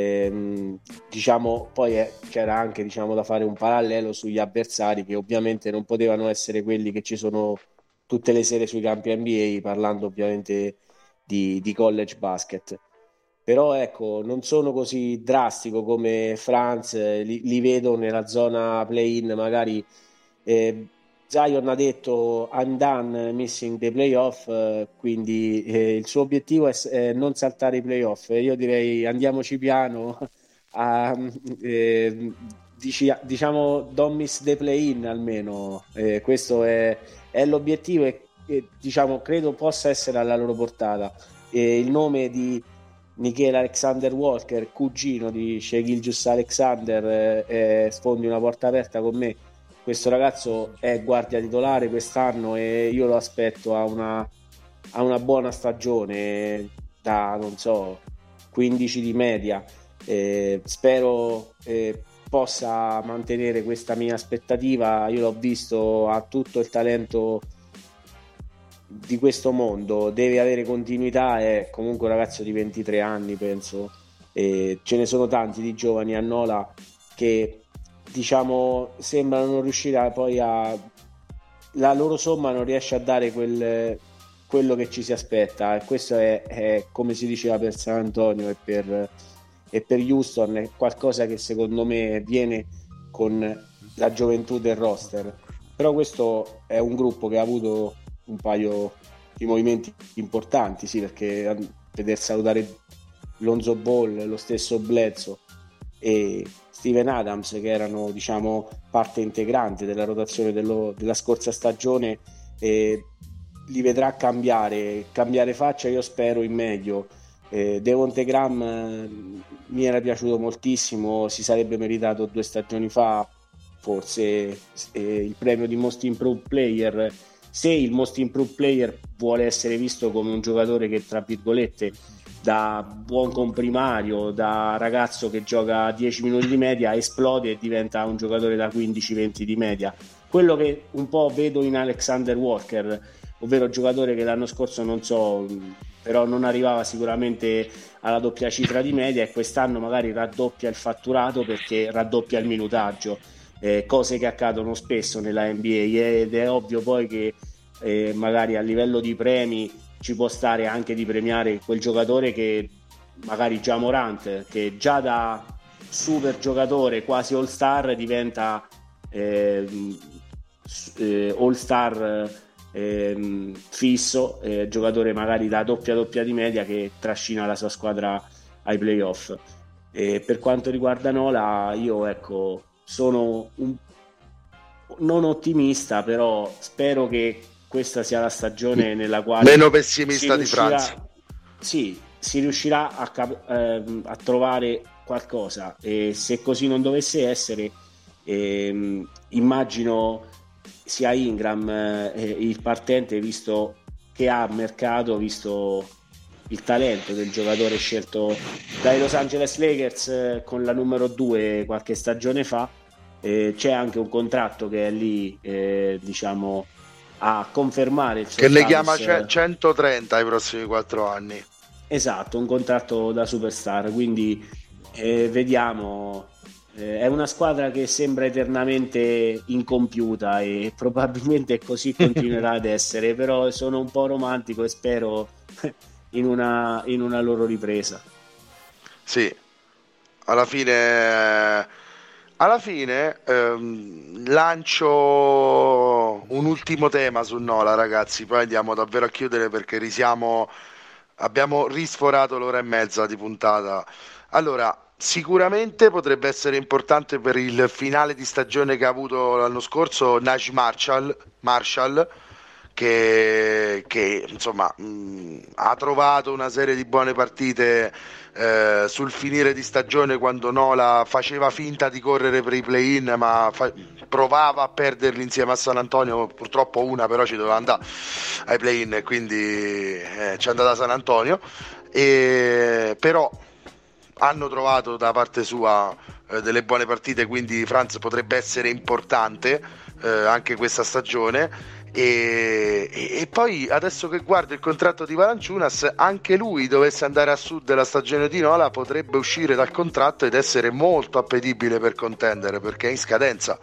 ehm, diciamo, poi eh, c'era anche diciamo da fare un parallelo sugli avversari, che ovviamente non potevano essere quelli che ci sono tutte le sere sui campi N B A, parlando ovviamente di, di college basket. Però ecco, non sono così drastico come Franz, li, li vedo nella zona play-in magari. eh, Zion ha detto I'm done missing the playoff, eh, quindi eh, il suo obiettivo è eh, non saltare i playoff. Io direi andiamoci piano, a, eh, dici, diciamo don't miss the play-in almeno, eh, questo è, è l'obiettivo e, e diciamo credo possa essere alla loro portata. E il nome di Nickeil Alexander Walker, cugino di Shai Gilgeous-Alexander, eh, eh, sfondi una porta aperta con me. Questo ragazzo è guardia titolare quest'anno e io lo aspetto a una, a una buona stagione da, non so, quindici di media. Eh, spero eh, possa mantenere questa mia aspettativa. Io l'ho visto, ha tutto il talento di questo mondo, deve avere continuità, è comunque un ragazzo di ventitré anni penso, e ce ne sono tanti di giovani a Nola che diciamo sembrano non riuscire a, poi a la loro somma non riesce a dare quel, quello che ci si aspetta, e questo è, è come si diceva per San Antonio e per, e per Houston, è qualcosa che secondo me viene con la gioventù del roster. Però questo è un gruppo che ha avuto un paio di movimenti importanti, sì, perché veder salutare Lonzo Ball, lo stesso Bledsoe e Steven Adams, che erano diciamo parte integrante della rotazione dello, della scorsa stagione, eh, li vedrà cambiare cambiare faccia, io spero in meglio. eh, Devonte Graham eh, mi era piaciuto moltissimo, si sarebbe meritato due stagioni fa forse eh, il premio di Most Improved Player, se il Most Improved Player vuole essere visto come un giocatore che tra virgolette da buon comprimario, da ragazzo che gioca dieci minuti di media, esplode e diventa un giocatore da quindici venti di media. Quello che un po' vedo in Alexander Walker, ovvero giocatore che l'anno scorso non so, però non arrivava sicuramente alla doppia cifra di media, e quest'anno magari raddoppia il fatturato perché raddoppia il minutaggio, eh, cose che accadono spesso nella N B A, ed è ovvio poi che eh, magari a livello di premi ci può stare anche di premiare quel giocatore che magari Ja Morant, che già da super giocatore quasi all star diventa eh, eh, all star eh, fisso, eh, giocatore magari da doppia doppia di media che trascina la sua squadra ai playoff. E per quanto riguarda Nola, io ecco sono un non ottimista, però spero che questa sia la stagione nella quale meno pessimista di Franz. Sì, si riuscirà a, cap- ehm, a trovare qualcosa, e se così non dovesse essere, ehm, immagino sia Ingram eh, il partente, visto che ha mercato, visto il talento del giocatore scelto dai Los Angeles Lakers eh, con la numero due qualche stagione fa. Eh, c'è anche un contratto che è lì, eh, diciamo, a confermare il suo che status. le chiama c- centotrenta ai prossimi quattro anni. Esatto, un contratto da superstar, quindi eh, vediamo. Eh, è una squadra che sembra eternamente incompiuta e probabilmente così continuerà ad essere, però sono un po' romantico e spero in una, in una loro ripresa. Sì, alla fine alla fine ehm, lancio un ultimo tema su Nola, ragazzi, poi andiamo davvero a chiudere perché risiamo, abbiamo risforato l'ora e mezza di puntata. Allora, sicuramente potrebbe essere importante per il finale di stagione che ha avuto l'anno scorso Nash Marshall, Marshall che, che insomma mh, ha trovato una serie di buone partite eh, sul finire di stagione, quando Nola faceva finta di correre per i play-in ma fa- provava a perderli insieme a San Antonio. Purtroppo una però ci doveva andare ai play-in e quindi eh, ci è andata a San Antonio, e, però hanno trovato da parte sua eh, delle buone partite, quindi Franz potrebbe essere importante eh, anche questa stagione. E, e, e poi adesso che guardo il contratto di Valanciunas, anche lui dovesse andare a sud della stagione di Nola potrebbe uscire dal contratto ed essere molto appetibile per contendere, perché è in scadenza.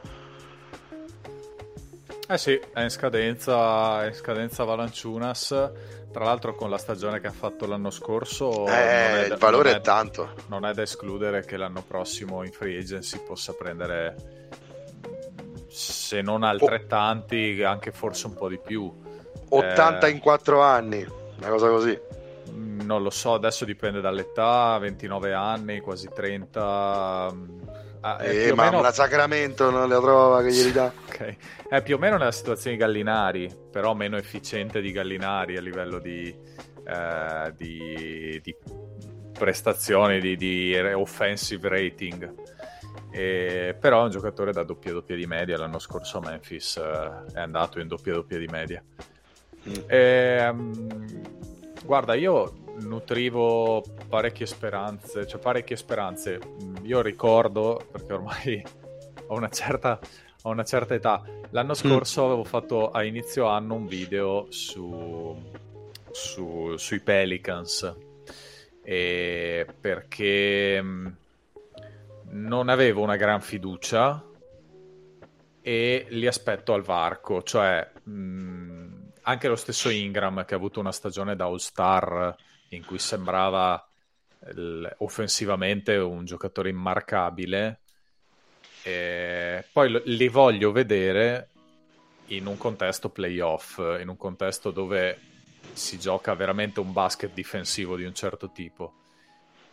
Eh sì, è in scadenza, è in scadenza Valanciunas, tra l'altro con la stagione che ha fatto l'anno scorso eh, non è da, il valore non è, è tanto, non è da escludere che l'anno prossimo in free agency possa prendere, se non altrettanti, anche forse un po' di più. ottanta eh, in quattro anni, una cosa così. Non lo so, adesso dipende dall'età, ventinove anni, quasi trenta. Ah, eh, più ma meno... una Sacramento non la trova che gli dà. Okay. È più o meno nella situazione di Gallinari, però meno efficiente di Gallinari a livello di, eh, di, di prestazioni, di, di offensive rating. E, però è un giocatore da doppia doppia di media. L'anno scorso a Memphis eh, è andato in doppia doppia di media. Mm. E, um, guarda, io nutrivo parecchie speranze, cioè parecchie speranze. Io ricordo, perché ormai ho una certa, ho una certa età, l'anno scorso avevo fatto a inizio anno un video su, su sui Pelicans, e perché non avevo una gran fiducia e li aspetto al varco, cioè mh, anche lo stesso Ingram, che ha avuto una stagione da All-Star in cui sembrava l- offensivamente un giocatore immarcabile, e poi lo- li voglio vedere in un contesto playoff, in un contesto dove si gioca veramente un basket difensivo di un certo tipo.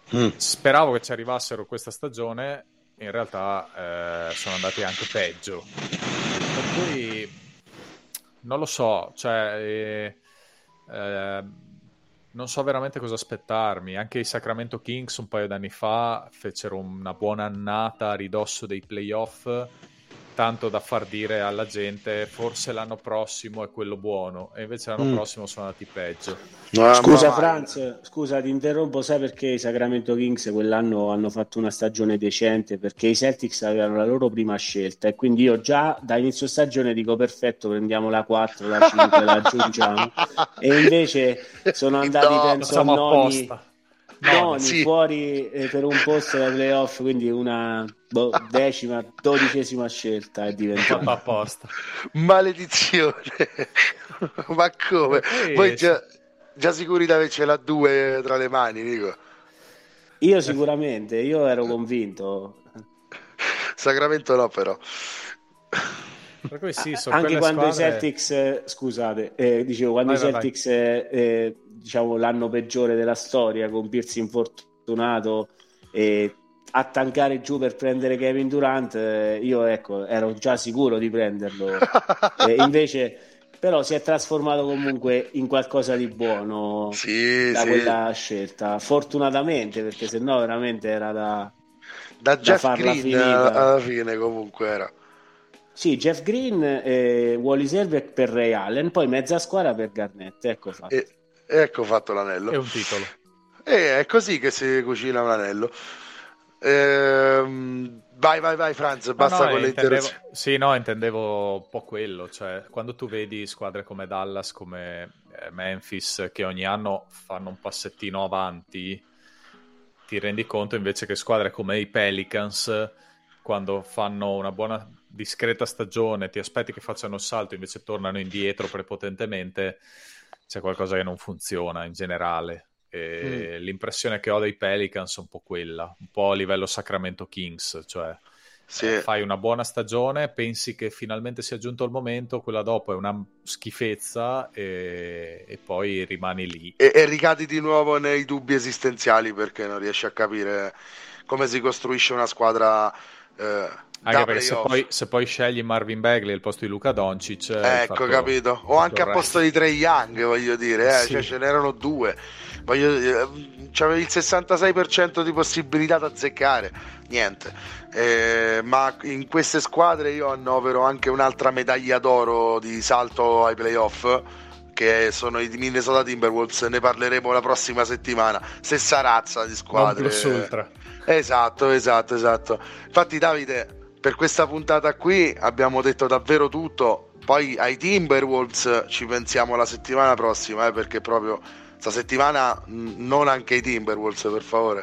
mm. speravo che ci arrivassero questa stagione, in realtà eh, sono andati anche peggio, per cui non lo so, cioè eh, eh, non so veramente cosa aspettarmi. Anche i Sacramento Kings un paio d'anni fa fecero una buona annata a ridosso dei playoff, tanto da far dire alla gente forse l'anno prossimo è quello buono, e invece l'anno mm. prossimo sono andati peggio. No, scusa Franz, scusa ti interrompo, sai perché i Sacramento Kings quell'anno hanno fatto una stagione decente? Perché i Celtics avevano la loro prima scelta, e quindi io già da inizio stagione dico perfetto, prendiamo la quattro, la cinque, la aggiungiamo, e invece sono andati no, penso noni, noni sì. fuori eh, per un posto dai playoff, quindi una boh, decima, dodicesima scelta è diventata apposta. Maledizione. Ma come? Poi, Voi già, già sicuri di averci la due tra le mani, Nico? Io sicuramente, io ero convinto. Sacramento no, però. Per cui sì, sono anche quando squadre... i Celtics, eh, scusate, eh, dicevo, quando vai, i Celtics eh, eh, diciamo l'anno peggiore della storia, con Pierce infortunato e a tankare giù per prendere Kevin Durant, eh, io ecco ero già sicuro di prenderlo, eh, invece però si è trasformato comunque in qualcosa di buono sì, da sì. quella scelta, fortunatamente, perché sennò veramente era da da, da Jeff farla Green finita. Alla fine comunque era sì, Jeff Green e Wally Selbeck per Ray Allen, poi mezza squadra per Garnett, ecco fatto. E, ecco fatto l'anello. È un titolo. E è così che si cucina un anello. Ehm, vai, vai, vai, Franz, basta no, no, con le intendevo, interruzioni. Sì, no, intendevo un po' quello, cioè quando tu vedi squadre come Dallas, come eh, Memphis, che ogni anno fanno un passettino avanti, ti rendi conto invece che squadre come i Pelicans, quando fanno una buona discreta stagione, ti aspetti che facciano il salto, invece tornano indietro prepotentemente, c'è qualcosa che non funziona in generale. E mm. l'impressione che ho dei Pelicans è un po' quella, un po' a livello Sacramento Kings, cioè sì. eh, fai una buona stagione, pensi che finalmente sia giunto il momento, quella dopo è una schifezza e, e poi rimani lì e, e ricadi di nuovo nei dubbi esistenziali, perché non riesci a capire come si costruisce una squadra eh, anche perché se poi, se poi scegli Marvin Bagley al posto di Luka Doncic, ecco fatto, capito, o anche a posto di Trae Young, voglio dire, eh, sì. cioè ce n'erano due, voglio dire, c'avevi il sessantasei per cento di possibilità da azzeccare, niente, eh, ma in queste squadre io annovero anche un'altra medaglia d'oro di salto ai playoff, che sono i Minnesota Timberwolves, ne parleremo la prossima settimana, stessa razza di squadre, non plus ultra. Esatto, esatto, esatto. Infatti Davide, per questa puntata qui abbiamo detto davvero tutto, poi ai Timberwolves ci pensiamo la settimana prossima, eh, perché proprio sta settimana non anche i Timberwolves, per favore.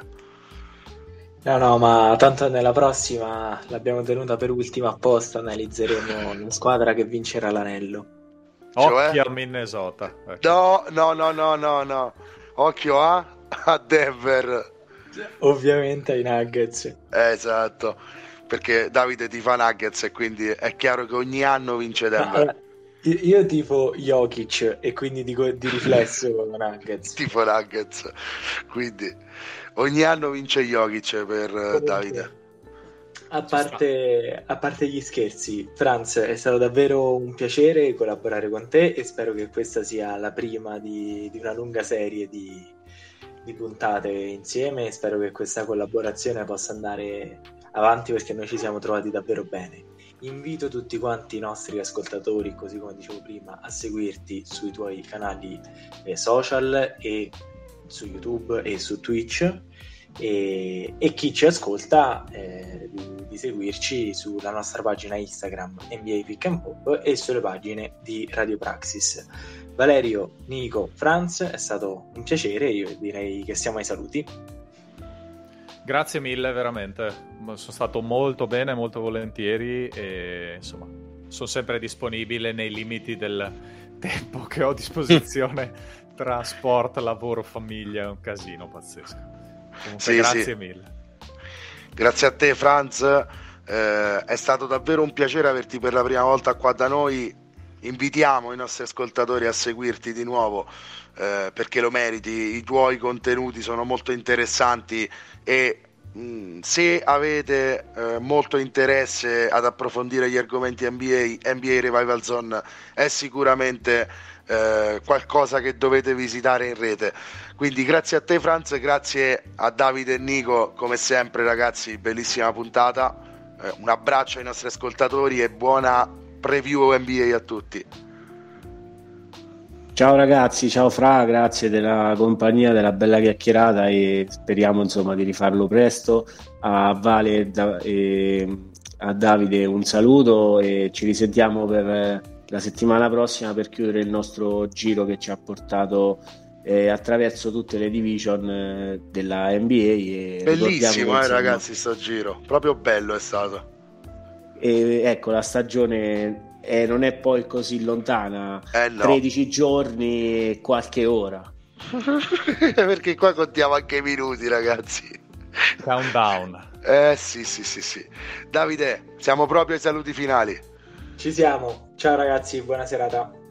No, no, ma tanto nella prossima l'abbiamo tenuta per ultima apposta, analizzeremo la squadra che vincerà l'anello. Cioè? Occhio a Minnesota. Ecco. No, no, no, no, no, no. Occhio a, a Denver. Ovviamente ai Nuggets. Esatto, perché Davide tifa Nuggets e quindi è chiaro che ogni anno vince Denver. Allora, io tifo Jokic e quindi dico di riflesso con Nuggets. Tifo Nuggets, quindi ogni anno vince Jokic per comunque, Davide. A parte, a parte gli scherzi, Franz, è stato davvero un piacere collaborare con te e spero che questa sia la prima di, di una lunga serie di, di puntate insieme, e spero che questa collaborazione possa andare avanti, perché noi ci siamo trovati davvero bene. Invito tutti quanti i nostri ascoltatori, così come dicevo prima, a seguirti sui tuoi canali eh, social e su YouTube e su Twitch, e, e chi ci ascolta eh, di, di seguirci sulla nostra pagina Instagram N B A Pick and Pop e sulle pagine di Radio Praxis. Valerio, Nico, Franz, è stato un piacere, io direi che siamo ai saluti. Grazie mille, veramente, sono stato molto bene, molto volentieri, e insomma sono sempre disponibile nei limiti del tempo che ho a disposizione tra sport, lavoro, famiglia, è un casino pazzesco. Comunque, sì, grazie sì. mille. Grazie a te, Franz, eh, è stato davvero un piacere averti per la prima volta qua da noi invitiamo i nostri ascoltatori a seguirti di nuovo, eh, perché lo meriti. I tuoi contenuti sono molto interessanti e mh, se avete eh, molto interesse ad approfondire gli argomenti N B A, N B A Revival Zone è sicuramente eh, qualcosa che dovete visitare in rete. Quindi grazie a te Franz, grazie a Davide e Nico, come sempre ragazzi, bellissima puntata, eh, un abbraccio ai nostri ascoltatori e buona preview N B A a tutti. Ciao ragazzi, ciao Fra, grazie della compagnia, della bella chiacchierata e speriamo insomma di rifarlo presto. A Vale e a Davide un saluto e ci risentiamo per la settimana prossima per chiudere il nostro giro che ci ha portato eh, attraverso tutte le division eh, della N B A. E bellissimo eh, ragazzi, sto giro proprio bello è stato. E ecco, la stagione e non è poi così lontana, eh no. tredici giorni e qualche ora. Perché qua contiamo anche i minuti ragazzi. Countdown. Eh sì sì sì sì. Davide, siamo proprio ai saluti finali. Ci siamo, ciao ragazzi, buona serata.